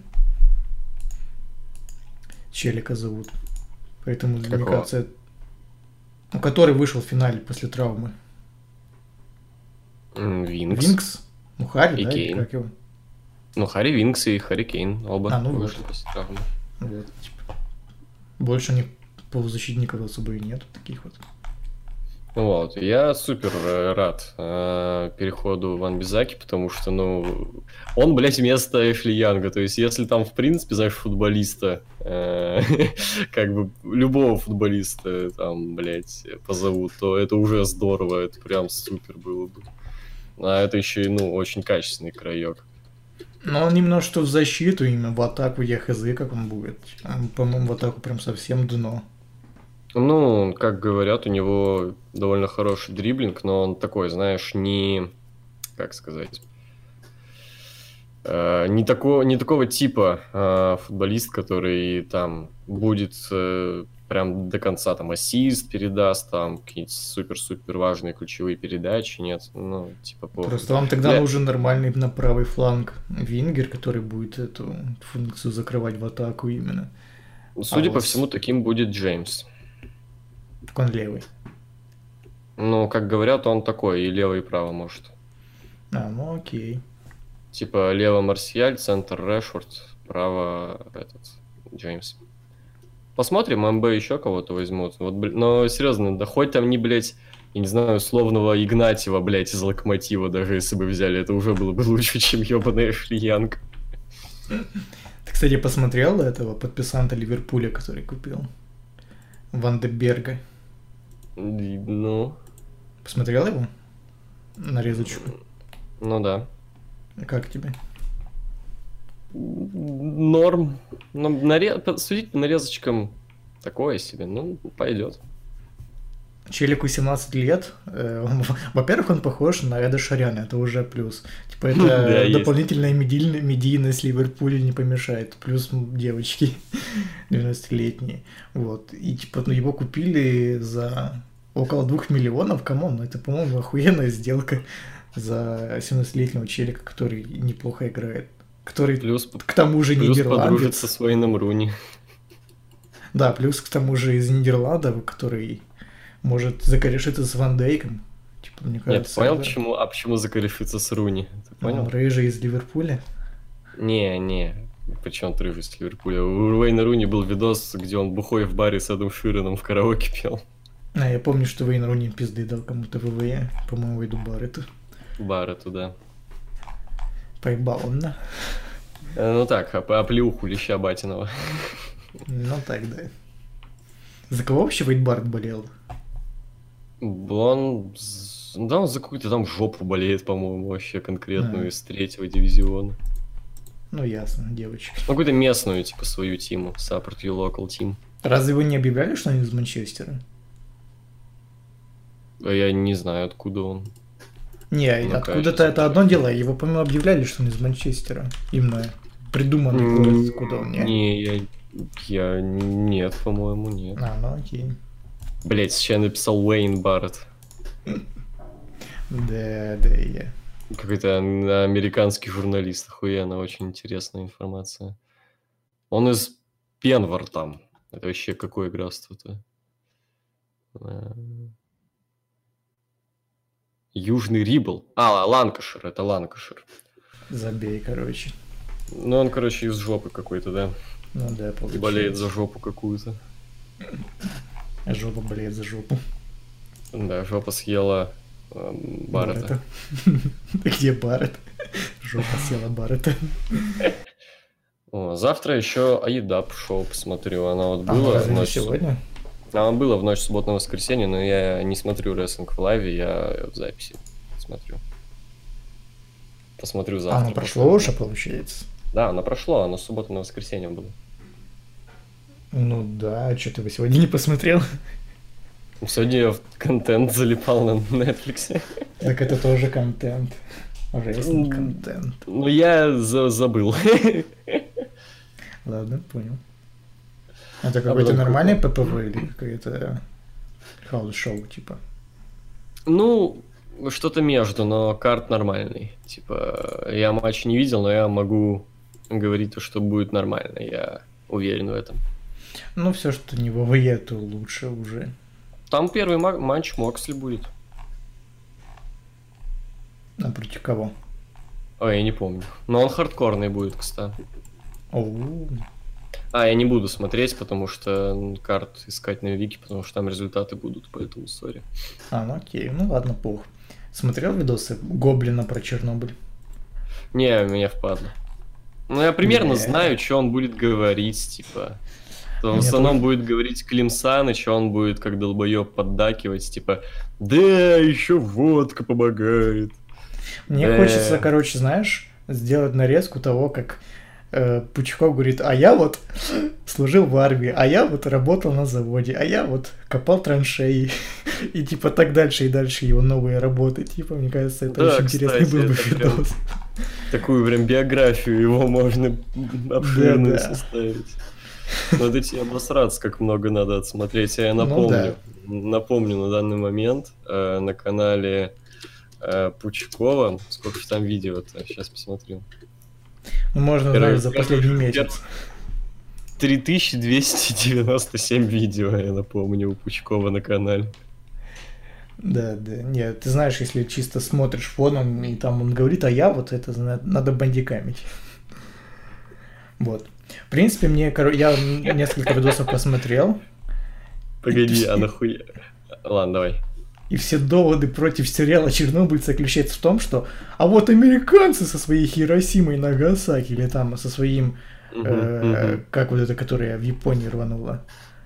челика зовут. Поэтому, мне Какого? кажется, ну, который вышел в финале после травмы. М, Винкс. Винкс? Ну, Харри, И да, или Кейн. как его? Ну, Харри Винкс и Харри Кейн. Оба А, ну вот. вышли после травмы. Вот, типа. Больше у них полузащитников особо и нет таких вот. Вот, я супер э, рад э, переходу Ван Бизаки, потому что, ну, он, блядь, вместо Эшли Янга, то есть, если там, в принципе, знаешь, футболиста, э, как бы, любого футболиста, там, блядь, позовут, то это уже здорово, это прям супер было бы. А это еще и, ну, очень качественный краек. Но он немножко в защиту, именно в атаку я хз, как он будет. Он, по-моему, в атаку прям совсем дно. Ну, как говорят, у него довольно хороший дриблинг, но он такой, знаешь, не... Как сказать... э, не, тако, не такого типа э, футболист, который там будет э, прям до конца там ассист передаст, там какие-то супер-супер важные ключевые передачи, нет, ну, типа похуй. Просто вам тогда Для- нужен нормальный на правый фланг вингер, который будет эту функцию закрывать в атаку именно. Судя а по вот- всему, таким будет Джеймс. Так он левый. Ну, как говорят, он такой, и лево, и право может. А, ну окей. Типа лево Марсиаль, центр Решфорд, право этот Джеймс. Посмотрим, МБ еще кого-то возьмут. Вот, блин, но серьезно, да хоть там не, блядь, я не знаю, условного Игнатьева, блядь, из Локомотива, даже если бы взяли, это уже было бы лучше, чем ебаный Эшли Янг. Ты, кстати, посмотрел этого подписанта Ливерпуля, который купил? Ван де Берга. И, Ну, Посмотрел его? Нарезочку. ну да. Как тебе? Норм. Ну, наре... судить по нарезочкам такое себе, ну, пойдет. Челику семнадцать лет. Э, он- Во-первых, он похож на Эда Шаряна, это уже плюс. Типа это Да, есть. дополнительная медийн- медийность Ливерпуля не помешает. Плюс м, девочки девяностолетние. Вот. И типа ну, его купили за около двух миллионов. Камон, ну это, по-моему, охуенная сделка за семнадцатилетнего челика, который неплохо играет. Который Плюс, к тому же плюс нидерландец. подружится с Уэйном Руни. Да, плюс к тому же из Нидерландов, который может закорешиться с Ван Дейком. Типа, мне Нет, кажется, понял, да. почему, а почему закорешится с Руни? Ты Он понял? рыжий из Ливерпуля. Не, не. Причем ты рыжий с Ливерпуля. У Уэйна Руни был видос, где он бухой в баре с Эдом Ширеном в караоке пел. А, я помню, что Вейн Руни пизды дал кому-то в ВВЕ. По-моему, Вейду Барретту. Бара туда. Поебал он, да? Э, Ну так, оп- оплеуху леща Батинова. Ну так, да. За кого вообще Вейд Барретт болел? Он... з- Да, он за какую-то там жопу болеет, по-моему, вообще конкретную А. из третьего дивизиона. Ну, ясно, девочки. Ну, какую-то местную, типа, свою тиму. Support your local team. Разве вы не объявляли, что он из Манчестера? А я не знаю, откуда он. Не, Ну, откуда-то кажется, это одно дело. Его, по-моему, объявляли, что он из Манчестера. Именно придуманный М, город, откуда он, не? Не, я... Я... Нет, по-моему, нет. А, ну окей. Блять, сейчас я написал Уэйн Барретт. Да, да, я. Какой-то ан- американский журналист. Охуенно, очень интересная информация. Он из Пенвар там. Это вообще какое графство-то? Э, Южный Рибл. А, Ланкашир, это Ланкашир. Забей, короче. Ну, он, короче, из жопы какой-то, да? Ну да, И получается. болеет за жопу какую-то. А жопа болеет за жопу. Да, жопа съела эм, Баррета. Где Барретт? Жопа съела Баррета. О, завтра еще Аидап шоу посмотрю. Она вот А, была разве в не ночь... сегодня? Она была в ночь суббота на воскресенье, но я не смотрю рестлинг в лайве, я в записи смотрю. Посмотрю А, завтра. оно прошло уже, получается? Да, оно прошло, оно суббота на воскресенье было. Ну да, что ты бы сегодня не посмотрел? Сегодня я в контент залипал на Netflix. Так это тоже контент. Рестлинг контент. Ну, я за забыл. Ладно, понял. Это какой-то нормальный ППВ или какое-то хаус-шоу, типа? Ну, что-то между, но карт нормальный. Типа, я матч не видел, но я могу говорить то, что будет нормально. Я уверен в этом. Ну, все, что не в ВВЕ, то лучше уже. Там первый ма- матч Моксли будет. А против кого? Ой, я не помню. Но он хардкорный будет, кстати. Оу. А, я не буду смотреть, потому что м, карт искать на Вики, потому что там результаты будут, поэтому сори. А, ну окей, ну ладно, пох. Смотрел видосы Гоблина про Чернобыль? Не, меня впадло. Ну, я примерно Не. знаю, что он будет говорить, типа. То в Мне основном тоже. будет говорить Клим Саныч, он будет как долбоеб поддакивать, типа, да, еще водка помогает. Мне Да. хочется, короче, знаешь, сделать нарезку того, как э, Пучков говорит, а я вот служил в армии, а я вот работал на заводе, а я вот копал траншеи. И типа так дальше и дальше его новые работы. Типа, мне кажется, это Да, очень интересный кстати, был бы это прям- видос. Такую прям биографию его можно обширную Да-да. составить. Надо тебе обосраться, как много надо отсмотреть. Я Ну напомню, напомню на данный момент э, на канале э, Пучкова, сколько же там видео-то, сейчас посмотрю. Ну, можно, Первый- знаешь, за первый- последний первый- месяц. три тысячи двести девяносто семь видео, я напомню, у Пучкова на канале. Да, да. Нет, ты знаешь, если чисто смотришь фоном, и там он говорит, а я вот это зна- надо бандикамить. Вот. В принципе, мне, коро- я несколько видосов посмотрел, Погоди, а нахуя? Ладно, давай. и все доводы против сериала «Чернобыль» заключаются в том, что а вот американцы со своей Хиросимой и Нагасаки, или там со своим, Мгм, э, мгм. как вот это, которое в Японии рвануло.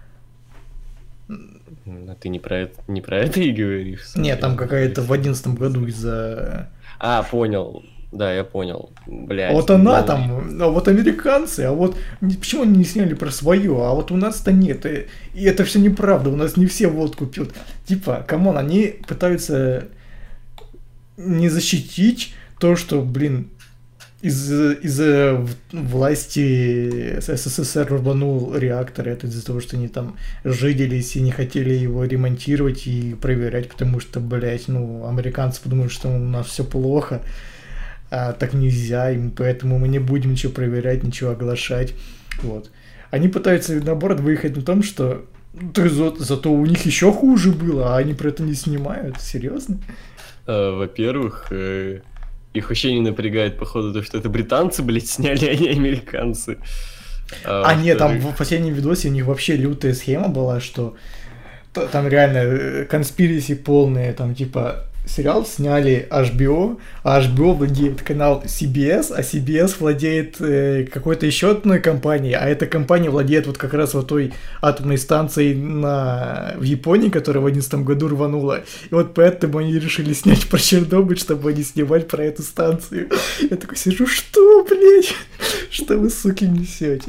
А ты не про это, не про это и говоришь? Нет, там смотри. какая-то в одиннадцатом году из-за... А, понял. Да, я понял. Блядь. Вот она ну, там, а вот американцы, а вот не- почему они не сняли про свое, а вот у нас-то нет. И, и это все неправда, у нас не все водку пьют. Типа, камон, они пытаются не защитить то, что, блин, из- из-за в- власти СССР рванул реактор, это из-за того, что они там жиделись и не хотели его ремонтировать и проверять, потому что, блядь, ну, американцы подумают, что у нас все плохо. А, так нельзя, и поэтому мы не будем ничего проверять, ничего оглашать. Вот. Они пытаются, наоборот, выехать на том, что «Да за- зато у них еще хуже было, а они про это не снимают. Серьезно? э, Во-первых, э, их вообще не напрягает, походу, то, что это британцы, блядь, сняли, а не американцы. А, нет, там во-вторых, в последнем видосе у них вообще лютая схема была, что т- там реально конспираси полные, там типа сериал сняли эйч би о, а эйч би о владеет канал си би эс, а си би эс владеет э, какой-то еще одной компанией, а эта компания владеет вот как раз вот той атомной станцией на... в Японии, которая в одиннадцатом году рванула. И вот поэтому они решили снять про Чернобыль, чтобы не снимать про эту станцию. Я такой сижу, что, блядь? Что вы, суки, несете?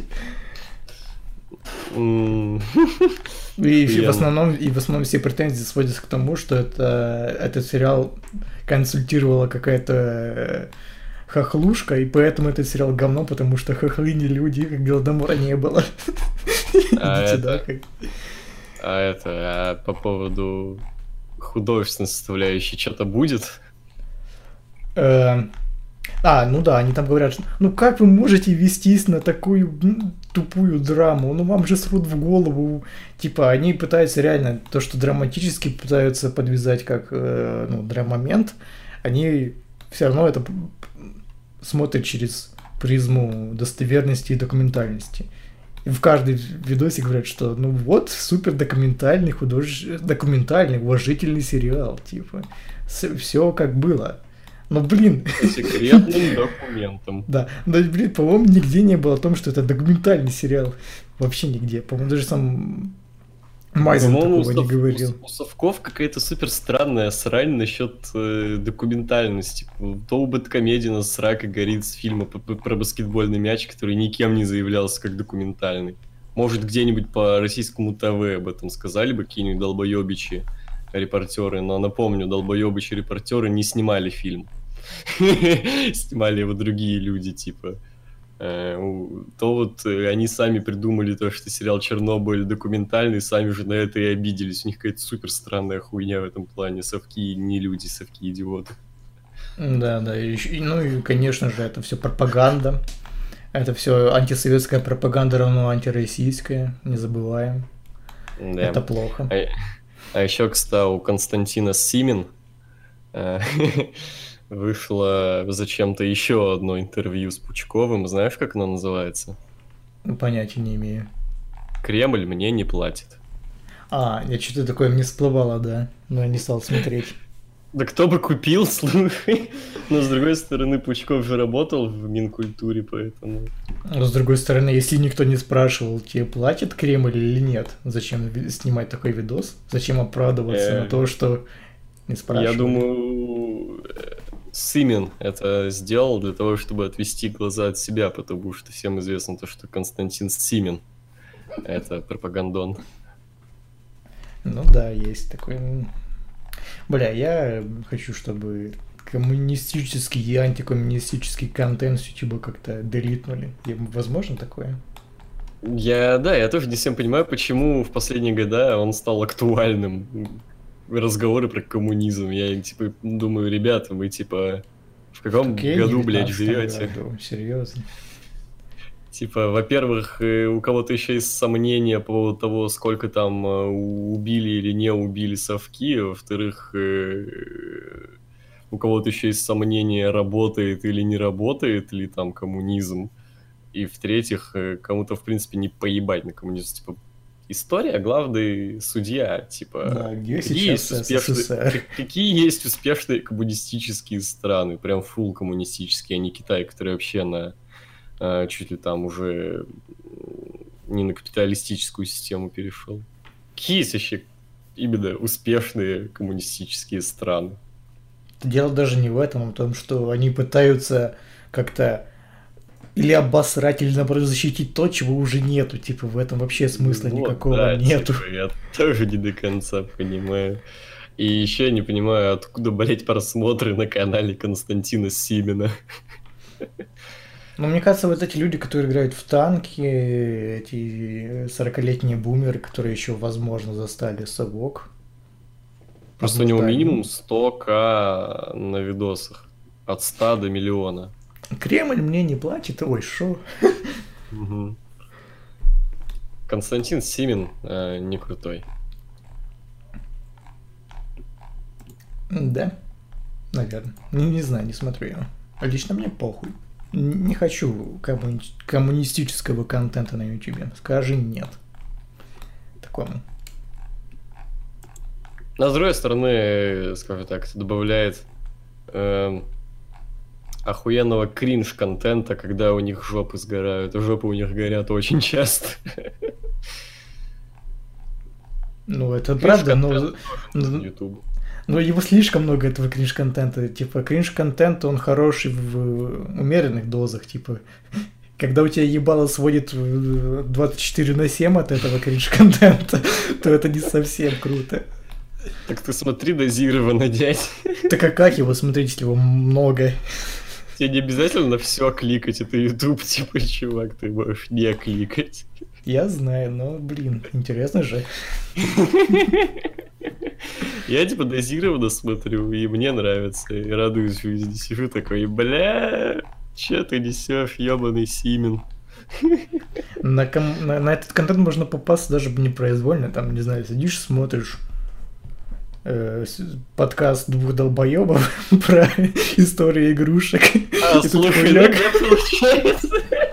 м, И в Охуенно. основном, и в основном все претензии сводятся к тому, что это, этот сериал консультировала какая-то э, хохлушка, и поэтому этот сериал говно, потому что хохлы не люди, как Голодомора не было. А Идите, это- да, как- А это, а по поводу художественной составляющей что-то будет? Э, А, ну да, они там говорят, что, ну как вы можете вестись на такую м, тупую драму? Ну вам же срут в голову. Типа, они пытаются реально то, что драматически пытаются подвязать как э, ну, драмомент, они все равно это п- смотрят через призму достоверности и документальности. И в каждой видосе говорят, что ну вот супер документальный, худож... документальный, уважительный сериал, типа, все как было. Но, блин, По секретным документам. да, но, блин, по-моему, нигде не было о том, что это документальный сериал. Вообще нигде. По-моему, даже сам Майзен По-моему, такого у не Сов- говорил. У Совков какая-то супер странная срань насчет э, документальности. То у Бэткомедиана срака горит с фильма п- п- про баскетбольный мяч, который никем не заявлялся как документальный. Может, где-нибудь по российскому ТВ об этом сказали бы какие-нибудь долбоебичи репортеры, но напомню, долбоебичи репортеры не снимали фильм. Снимали его другие люди, типа. Э, у- То вот э, они сами придумали то, что сериал «Чернобыль» документальный, сами же на это и обиделись. У них какая-то супер странная хуйня в этом плане. Совки не люди, совки идиоты. Да, да, и ещё- и, ну и, конечно же, это все пропаганда. Это все антисоветская пропаганда равно антироссийская, не забываем. Да. Это плохо. А, а еще, кстати, у Константина Симин э, вышло зачем-то еще одно интервью с Пучковым. Знаешь, как оно называется? Ну, понятия не имею. «Кремль мне не платит». А, я что-то такое мне всплывало, да, но я не стал смотреть. Да кто бы купил, слушай. Но, с другой стороны, Пучков же работал в Минкультуре, поэтому... Но с другой стороны, если никто не спрашивал, тебе платит Кремль или нет, зачем ви- снимать такой видос? Зачем оправдываться Э, на то, что не спрашивали? Я думаю, э, Симин это сделал для того, чтобы отвести глаза от себя, потому что всем известно то, что Константин Симин это пропагандон. Ну да, есть такой. м. Бля, я хочу, чтобы коммунистический и антикоммунистический контент с Ютуба как-то делитнули. И возможно такое? Я, да, я тоже не всем понимаю, почему в последние года он стал актуальным. Разговоры про коммунизм. Я, типа, думаю, ребята, вы, типа, в каком Какие году, блядь, девятнадцатом живете? году? Серьезно? Типа, во-первых, э, у кого-то еще есть сомнения по поводу того, сколько там э, убили или не убили совки. Во-вторых, э, у кого-то еще есть сомнения, работает или не работает ли там коммунизм. И в-третьих, э, кому-то, в принципе, не поебать на коммунизм. Типа, история, главный судья. Типа, Да, где какие есть, сейчас успешные, СССР? как- какие есть успешные коммунистические страны? Прям фулл коммунистические, а не Китай, который вообще на... а, чуть ли там уже м, не на капиталистическую систему перешел. Какие есть вообще именно успешные коммунистические страны? Дело даже не в этом, а в том, что они пытаются как-то или обосрать, или наоборот защитить то, чего уже нету. Типа в этом вообще смысла Вот, никакого да, нету. типа, я тоже не до конца понимаю. И еще я не понимаю, откуда, блять, просмотры на канале Константина Симина. Но мне кажется, вот эти люди, которые играют в танки, эти сорокалетние бумеры, которые еще, возможно, застали совок. Просто у него Возможно, минимум они- сто тысяч на видосах. От ста до миллиона. Кремль мне не платит, ой, шо? Мгм. Константин Симин э, не крутой. Да, наверное. Не, не знаю, не смотрю его. А лично мне похуй. Н- Не хочу коммуни- коммунистического контента на ютубе. Скажи нет. Такому. Но с другой стороны, э, скажем так, это добавляет эм, охуенного кринж-контента, когда у них жопы сгорают. Жопы у них горят очень часто. Ну, это правда, но... Кринж-контент но- нужен YouTube. Но его слишком много, этого кринж-контента. Типа, кринж-контент, он хороший в умеренных дозах. Типа, когда у тебя ебало сводит э, двадцать четыре на семь от этого кринж-контента, то это не совсем круто. Так ты смотри дозированно, дядь. Так а как его смотреть, если его много? Тебе не обязательно на все кликать, это YouTube, типа, чувак, ты можешь не кликать. Я знаю, но, блин, интересно же. Я, типа, дозированно смотрю, и мне нравится, и радуюсь жизни. Сижу такой, бля, че ты несешь, ебаный Симин. На, ком- на, на этот контент можно попасться даже непроизвольно. Там, не знаю, сидишь, смотришь э, с- подкаст двух долбоебов про историю игрушек. А, И тут слушай, хуяк. иногда получается.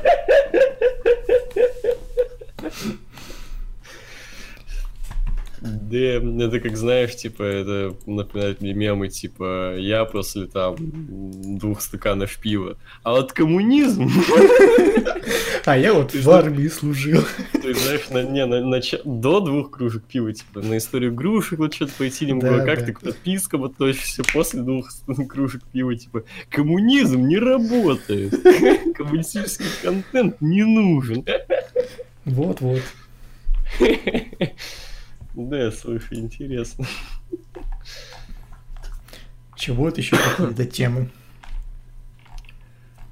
Да, это как, знаешь, типа, это напоминает мне мемы, типа, я после там двух стаканов пива. А вот коммунизм, А я вот Ты в что? армии служил. то есть, знаешь, на, не, на, нача- до двух кружек пива, типа, на историю игрушек вот что-то пойти не могу, Да, а как да. ты к подпискам относишься после двух с- кружек пива, типа, коммунизм не работает, коммунистический контент не нужен. Вот-вот. Да, слушай, интересно. Чего вот еще какие-то темы?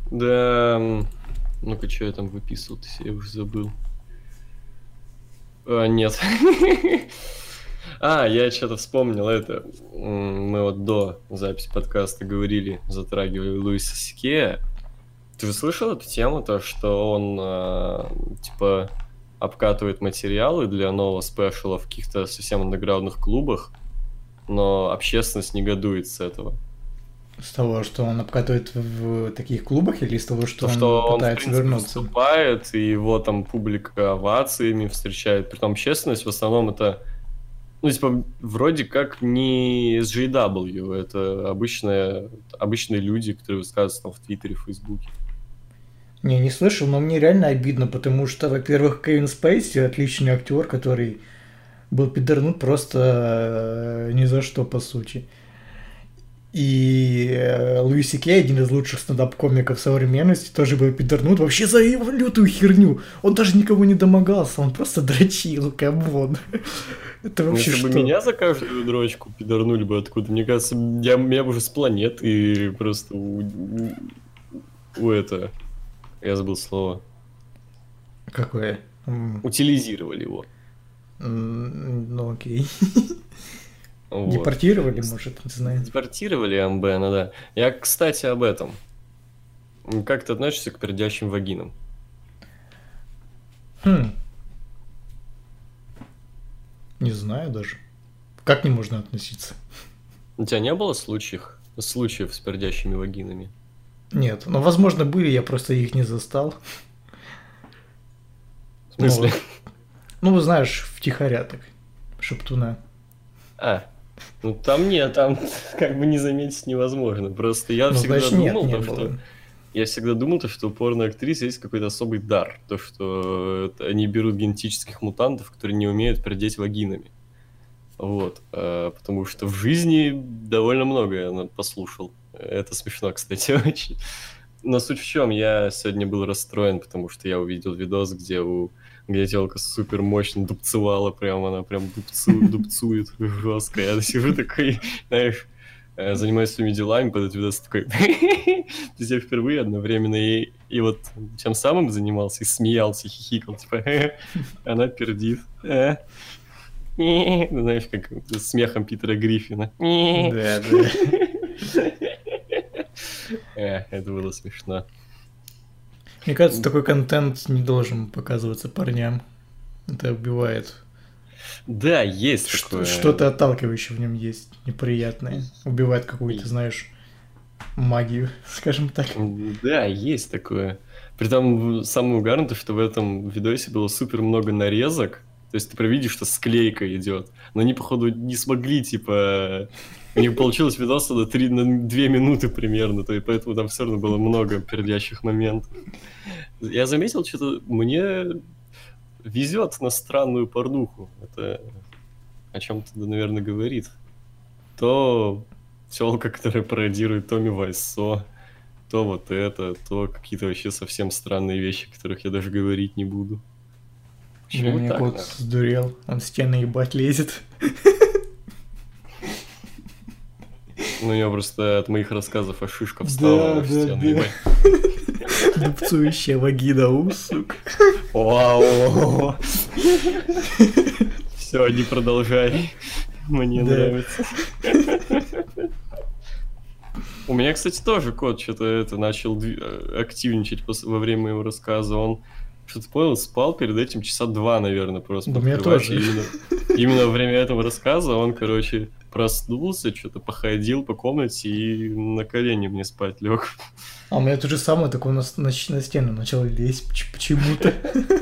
Да, м, ну-ка, что я там выписывал, я уже забыл. А, нет. А, я что-то вспомнил это. М, Мы вот до записи подкаста говорили, затрагивали Луиса Сикея. Ты же слышал эту тему, то, что он, а, типа, обкатывает материалы для нового спешала в каких-то совсем андеграундных клубах, но общественность негодует с этого. С того, что он обкатывает в таких клубах, или с того, что То, он что он, в пытается принципе, вернуться? выступает, и его там публика овациями встречает. Притом общественность в основном это, ну, типа, вроде как не эс джей дабл ю, это обычные, обычные люди, которые высказываются там в Твиттере, в Фейсбуке. Не, не слышал, но мне реально обидно, потому что, во-первых, Кевин Спейси отличный актер, который был пидорнут просто э, ни за что, по сути. И э, Луи Си Кей, один из лучших стендап-комиков современности, тоже был пидорнут вообще за его лютую херню. Он даже никого не домогался, он просто дрочил, камон. Это вообще Если что? бы меня за каждую дрочку пидорнули бы откуда, мне кажется, я, меня бы уже с планеты просто у, у, у это... Я забыл слово. Какое? М, Утилизировали его. м, Ну окей. Вот. Депортировали, может, не знаю. Депортировали Амбена, да. Я, кстати, об этом. Как ты относишься к пердящим вагинам? Хм. Не знаю даже. Как не можно относиться? У тебя не было случаев, случаев с пердящими вагинами? Нет, ну, возможно, были, я просто их не застал. В смысле? Ну, ну, знаешь, втихаря так, шептуна. А, ну там нет, там как бы не заметить невозможно. Просто я Ну, всегда значит, нет, думал, не то, было. что... Я всегда думал, то, что у порноактрис есть какой-то особый дар. То, что это они берут генетических мутантов, которые не умеют пердеть вагинами. Вот. а, Потому что в жизни довольно много я послушал. Это смешно, кстати, очень. Но суть в чем, я сегодня был расстроен, потому что я увидел видос, где у где телка супер мощно дубцевала, прям она прям дубцует, дубцует жестко. Я сижу такой, знаешь, э, занимаюсь своими делами, под этот видос такой... То есть я впервые одновременно и, и вот тем самым занимался, и смеялся, и хихикал, типа, она пердит. э. Ну, знаешь, как с смехом Питера Гриффина. Да, да. Э, Это было смешно. Мне кажется, такой контент не должен показываться парням. Это убивает. Да, есть Ш- такое. Что-то отталкивающее в нем есть, неприятное. Убивает какую-то, знаешь, магию, скажем так. Да, есть такое. Притом самое угарное, то, что в этом видосе было супер много нарезок. То есть ты провидишь, что склейка идет. Но они, походу, не смогли, типа... У них получилось видос на, три, на две минуты примерно, то и поэтому там все равно было много пердящих моментов. Я заметил, что-то мне везет на странную порнуху. Это о чем-то, наверное, говорит. То тёлка, которая пародирует Томми Вайсо, то вот это, то какие-то вообще совсем странные вещи, о которых я даже говорить не буду. Почему Мне так? кот надо? сдурел, он стены ебать лезет. Ну, я просто от моих рассказов о шишках встала Да, в да, стену, да. ебать. Дубцующая вагина, у, сука. Вау! Все, не продолжай. Мне Да. нравится. У меня, кстати, тоже кот что-то это начал дви- активничать пос- во время моего рассказа. Он что-то понял, спал перед этим часа два, наверное, просто. Да у меня под кроватью. тоже. Именно, именно во время этого рассказа он, короче, проснулся, что-то походил по комнате и на колени мне спать лег. А у меня то же самое, только он на, на, на стену начал лезть поч- почему-то.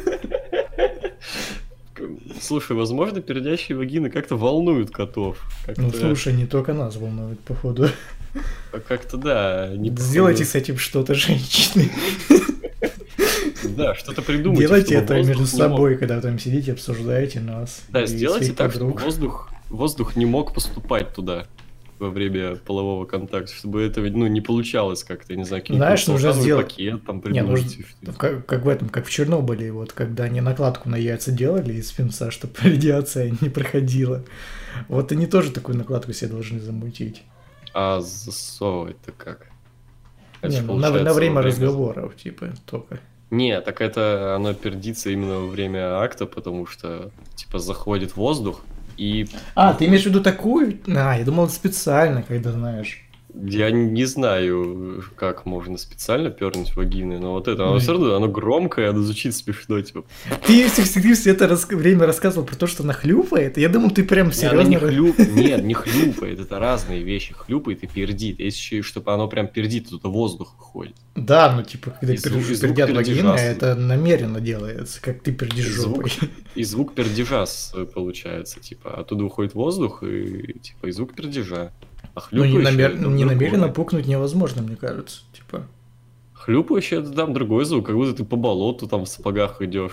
Слушай, возможно, пердящие вагины как-то волнуют котов. Как-то, Ну слушай, не только нас волнует, походу. как-то да. Не Сделайте походу. с этим что-то, женщины. Да, что-то придумайте. Делайте чтобы это воздух между не собой, когда вы там сидите, обсуждаете нас. Да, и сделайте своих так, подруг. чтобы воздух, воздух не мог поступать туда во время полового контакта, чтобы это ну, не получалось как-то, я не знаю, какие-то Знаешь, нужно силосазовый сделать- пакет там Не, нужно, придумайте. что-то. как, как в этом, как в Чернобыле, вот, когда они накладку на яйца делали из свинца, чтобы радиация не проходила. Вот они тоже такую накладку себе должны замутить. А засовывать-то как? Это Не, ж ну, на, получается на время во время- разговоров, типа, только. Не, так это оно пердится именно во время акта, потому что, типа, заходит воздух, и А, ты имеешь в виду такую? А, я думал специально, когда знаешь. я не знаю, как можно специально пернуть вагины, но вот это, оно Ну, все равно, оно громкое, оно звучит смешно, типа. Ты все, все, все это рас- время рассказывал про то, что она хлюпает. Я думал, ты прям Не, она не серьезно. хлюп... Нет, не хлюпает, это разные вещи. Хлюпает и пердит. Есть еще, и чтобы оно прям пердит, тут воздух выходит. Да, ну типа, когда И звук- пердишь- и звук пердят пердежа вагины, слышно. это намеренно делается, как ты пердишь И звук, жопой. и звук пердежа с- получается, типа, оттуда выходит воздух, и типа и звук пердежа. А Ну, не, хлюпающее намер- это не другое. намеренно пукнуть невозможно, мне кажется. Типа. Хлюпающее это там другой звук, как будто ты по болоту там в сапогах идешь.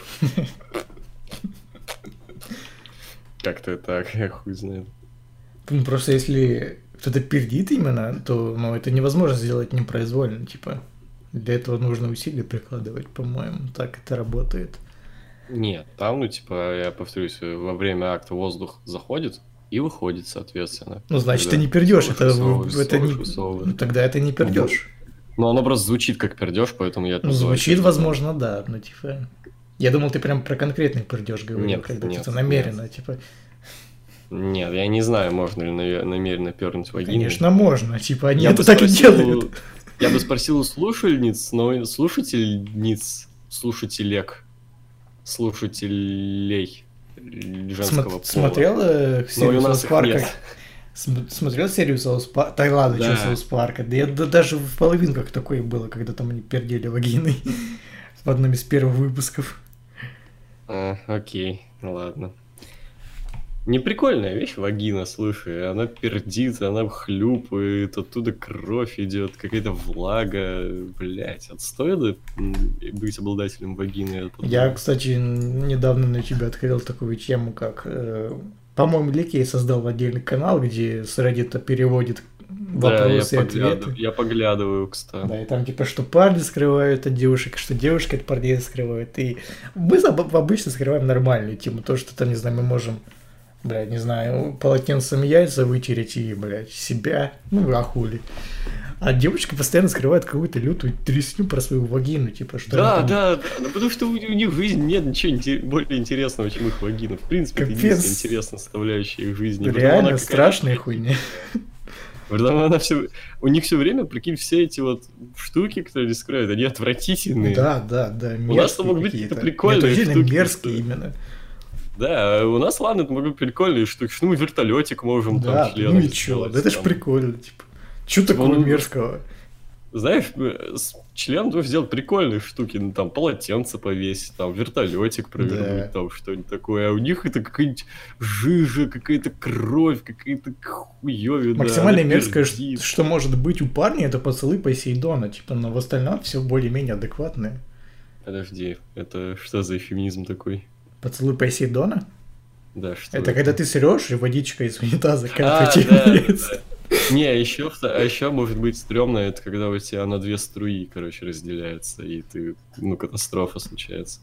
Как-то так, я хуй знает. Ну, просто если кто-то пердит именно, то ну, это невозможно сделать непроизвольно. Типа. Для этого нужно усилия прикладывать, по-моему. Так это работает. Нет, там, ну, типа, я повторюсь, во время акта воздух заходит и выходит, соответственно. Ну, значит, Когда ты не пердешь, это, высовываешь, это не... высовываешь, высовываешь. ну, тогда это не пердешь. Ну, оно просто звучит как пердеж, поэтому я... это Ну, называю звучит, пердежом. возможно, да, но типа... Я думал, ты прям про конкретный пердеж говорил, Нет, когда нет, что-то намеренно, типа... Нет, я не знаю, можно ли наве- намеренно пернуть вагину. Конечно, можно, типа, они Я это бы так и спросил делают. у- Я бы спросил у слушательниц, но слушательниц, слушателек, слушателей женского Смо- пола. Смотрел э, Но и серию у нас Саус их Парка? нет. См- Смотрел серию Саус Парка? Да ладно, Да. что Саус Парка? Да я да- даже в половинках такое было, когда там они пердели вагиной в одном из первых выпусков. А, окей, ладно. Неприкольная вещь вагина, слушай, она пердит, она хлюпает, оттуда кровь идет, какая-то влага, блять, отстой да, м, быть обладателем вагины. это Я, да. кстати, недавно на тебя открыл такую тему, как... э, По-моему, Ликей создал отдельный канал, где с Reddit переводит Да, я вопросы и поглядываю, ответы. я поглядываю, кстати. Да, и там типа, что парни скрывают от девушек, что девушки от парней скрывают. И мы об- обычно скрываем нормальную тему. То, что там, не знаю, мы можем, блядь, не знаю, полотенцем яйца вытереть и, блядь, себя, ну, а хули. А девочки постоянно скрывают какую-то лютую тресню про свою вагину, типа, что Да, она там- да, да, ну, потому что у, у них в жизни нет ничего инте- более интересного, чем их вагина. В принципе, это Капец. единственная интересная составляющая их жизни. Потому реально она какая- страшная хуйня. Потому она все, у них все время, прикинь, все эти вот штуки, которые они скрывают, они отвратительные. Да, да, да. У нас-то мерзкие могут быть какие-то. какие-то прикольные Нет, отдельно штуки, мерзкие просто. именно. Да, а у нас, ладно, это могут быть прикольные штуки, что мы вертолетик можем Да, там членом ну и чё, сделать, да это ж там. прикольно, типа. Чё такого ну, мерзкого? Знаешь, э, с членом можно сделать прикольные штуки, ну там полотенце повесить, там вертолетик провернуть, Да. там что-нибудь такое. А у них это какая-нибудь жижа, какая-то кровь, какая-то хуёвина. Максимально она мерзкое, пердит. ш- что может быть у парня, это поцелуй Посейдона, типа, но в остальном все более-менее адекватное. Подожди, это что за эфемизм такой? Поцелуй Посейдона? Да, что Это когда ты срешь, и водичка из унитаза А, капает да, тебе да, в лицо. да. Не, еще, а еще может быть стрёмно, это когда у тебя на две струи, короче, разделяется, и ты, ну, катастрофа случается.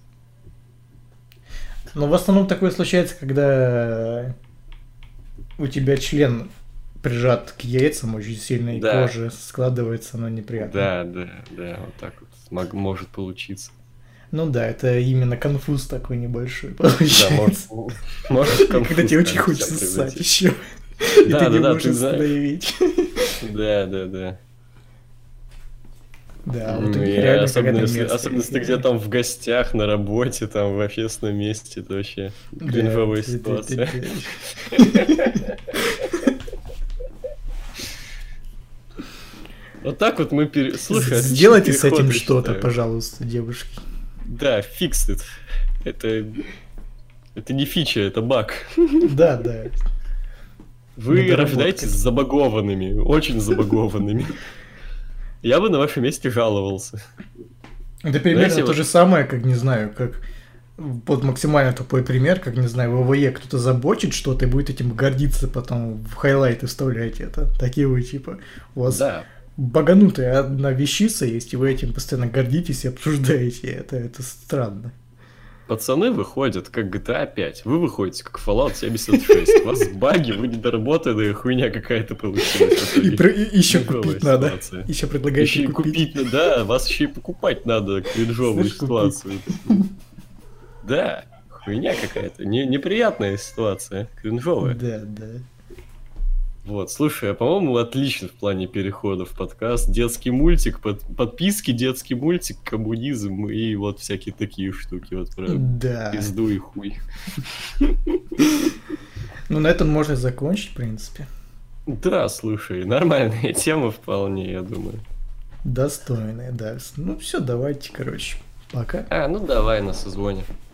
Но в основном такое случается, когда у тебя член прижат к яйцам очень сильно, и Да. кожа складывается, но неприятно. Да, да, да, вот так вот мог- может получиться. Ну да, это именно конфуз такой небольшой Да, может, получается. может Когда конфуз тебе очень там хочется вся ссать произойти. еще. И Да, ты да, не да, можешь ты знаешь. остановить. Да, да, да. Да, вот у Ну, них и реально особенно, какая-то если, мерзкая особенно если ты фигня. где-то там в гостях, на работе, там в общественном месте, это вообще Да, кринжовая ты- ты- ты- ситуация. ты- Вот так вот мы пере... Слушай, отличный Сделайте с переход, этим я что-то, считаю. пожалуйста, девушки. Да, fix it. Это... Это не фича, это баг. Да, да. Вы Недоработка. рождаетесь забагованными, очень забагованными. Я бы на вашем месте жаловался. Это примерно Знаете, то вот- же самое, как, не знаю, как... Вот максимально тупой пример, как, не знаю, в ВВЕ кто-то забочит что-то и будет этим гордиться, потом в хайлайты вставлять это. Такие вы, типа, у вас Да. баганутая одна вещица есть, и вы этим постоянно гордитесь и обсуждаете это. Это странно. пацаны выходят как джи ти эй пять, вы выходите как Fallout семьдесят шесть, у вас баги, вы недоработанная хуйня какая-то получилась. И, про, и еще купить надо. Еще предлагаете еще купить. купить. Да, вас еще и покупать надо, кринжовую ситуацию. Да, хуйня какая-то, не, неприятная ситуация, кринжовая. Да, да. Вот, слушай, а по-моему, отлично в плане перехода в подкаст. Детский мультик, под, подписки, детский мультик, коммунизм и вот всякие такие штуки. Вот про да. пизду и хуй. Ну, на этом можно закончить, в принципе. Да, слушай, нормальная тема вполне, я думаю. Достойная, да. Ну все, давайте, короче, пока. А, ну давай на созвоне.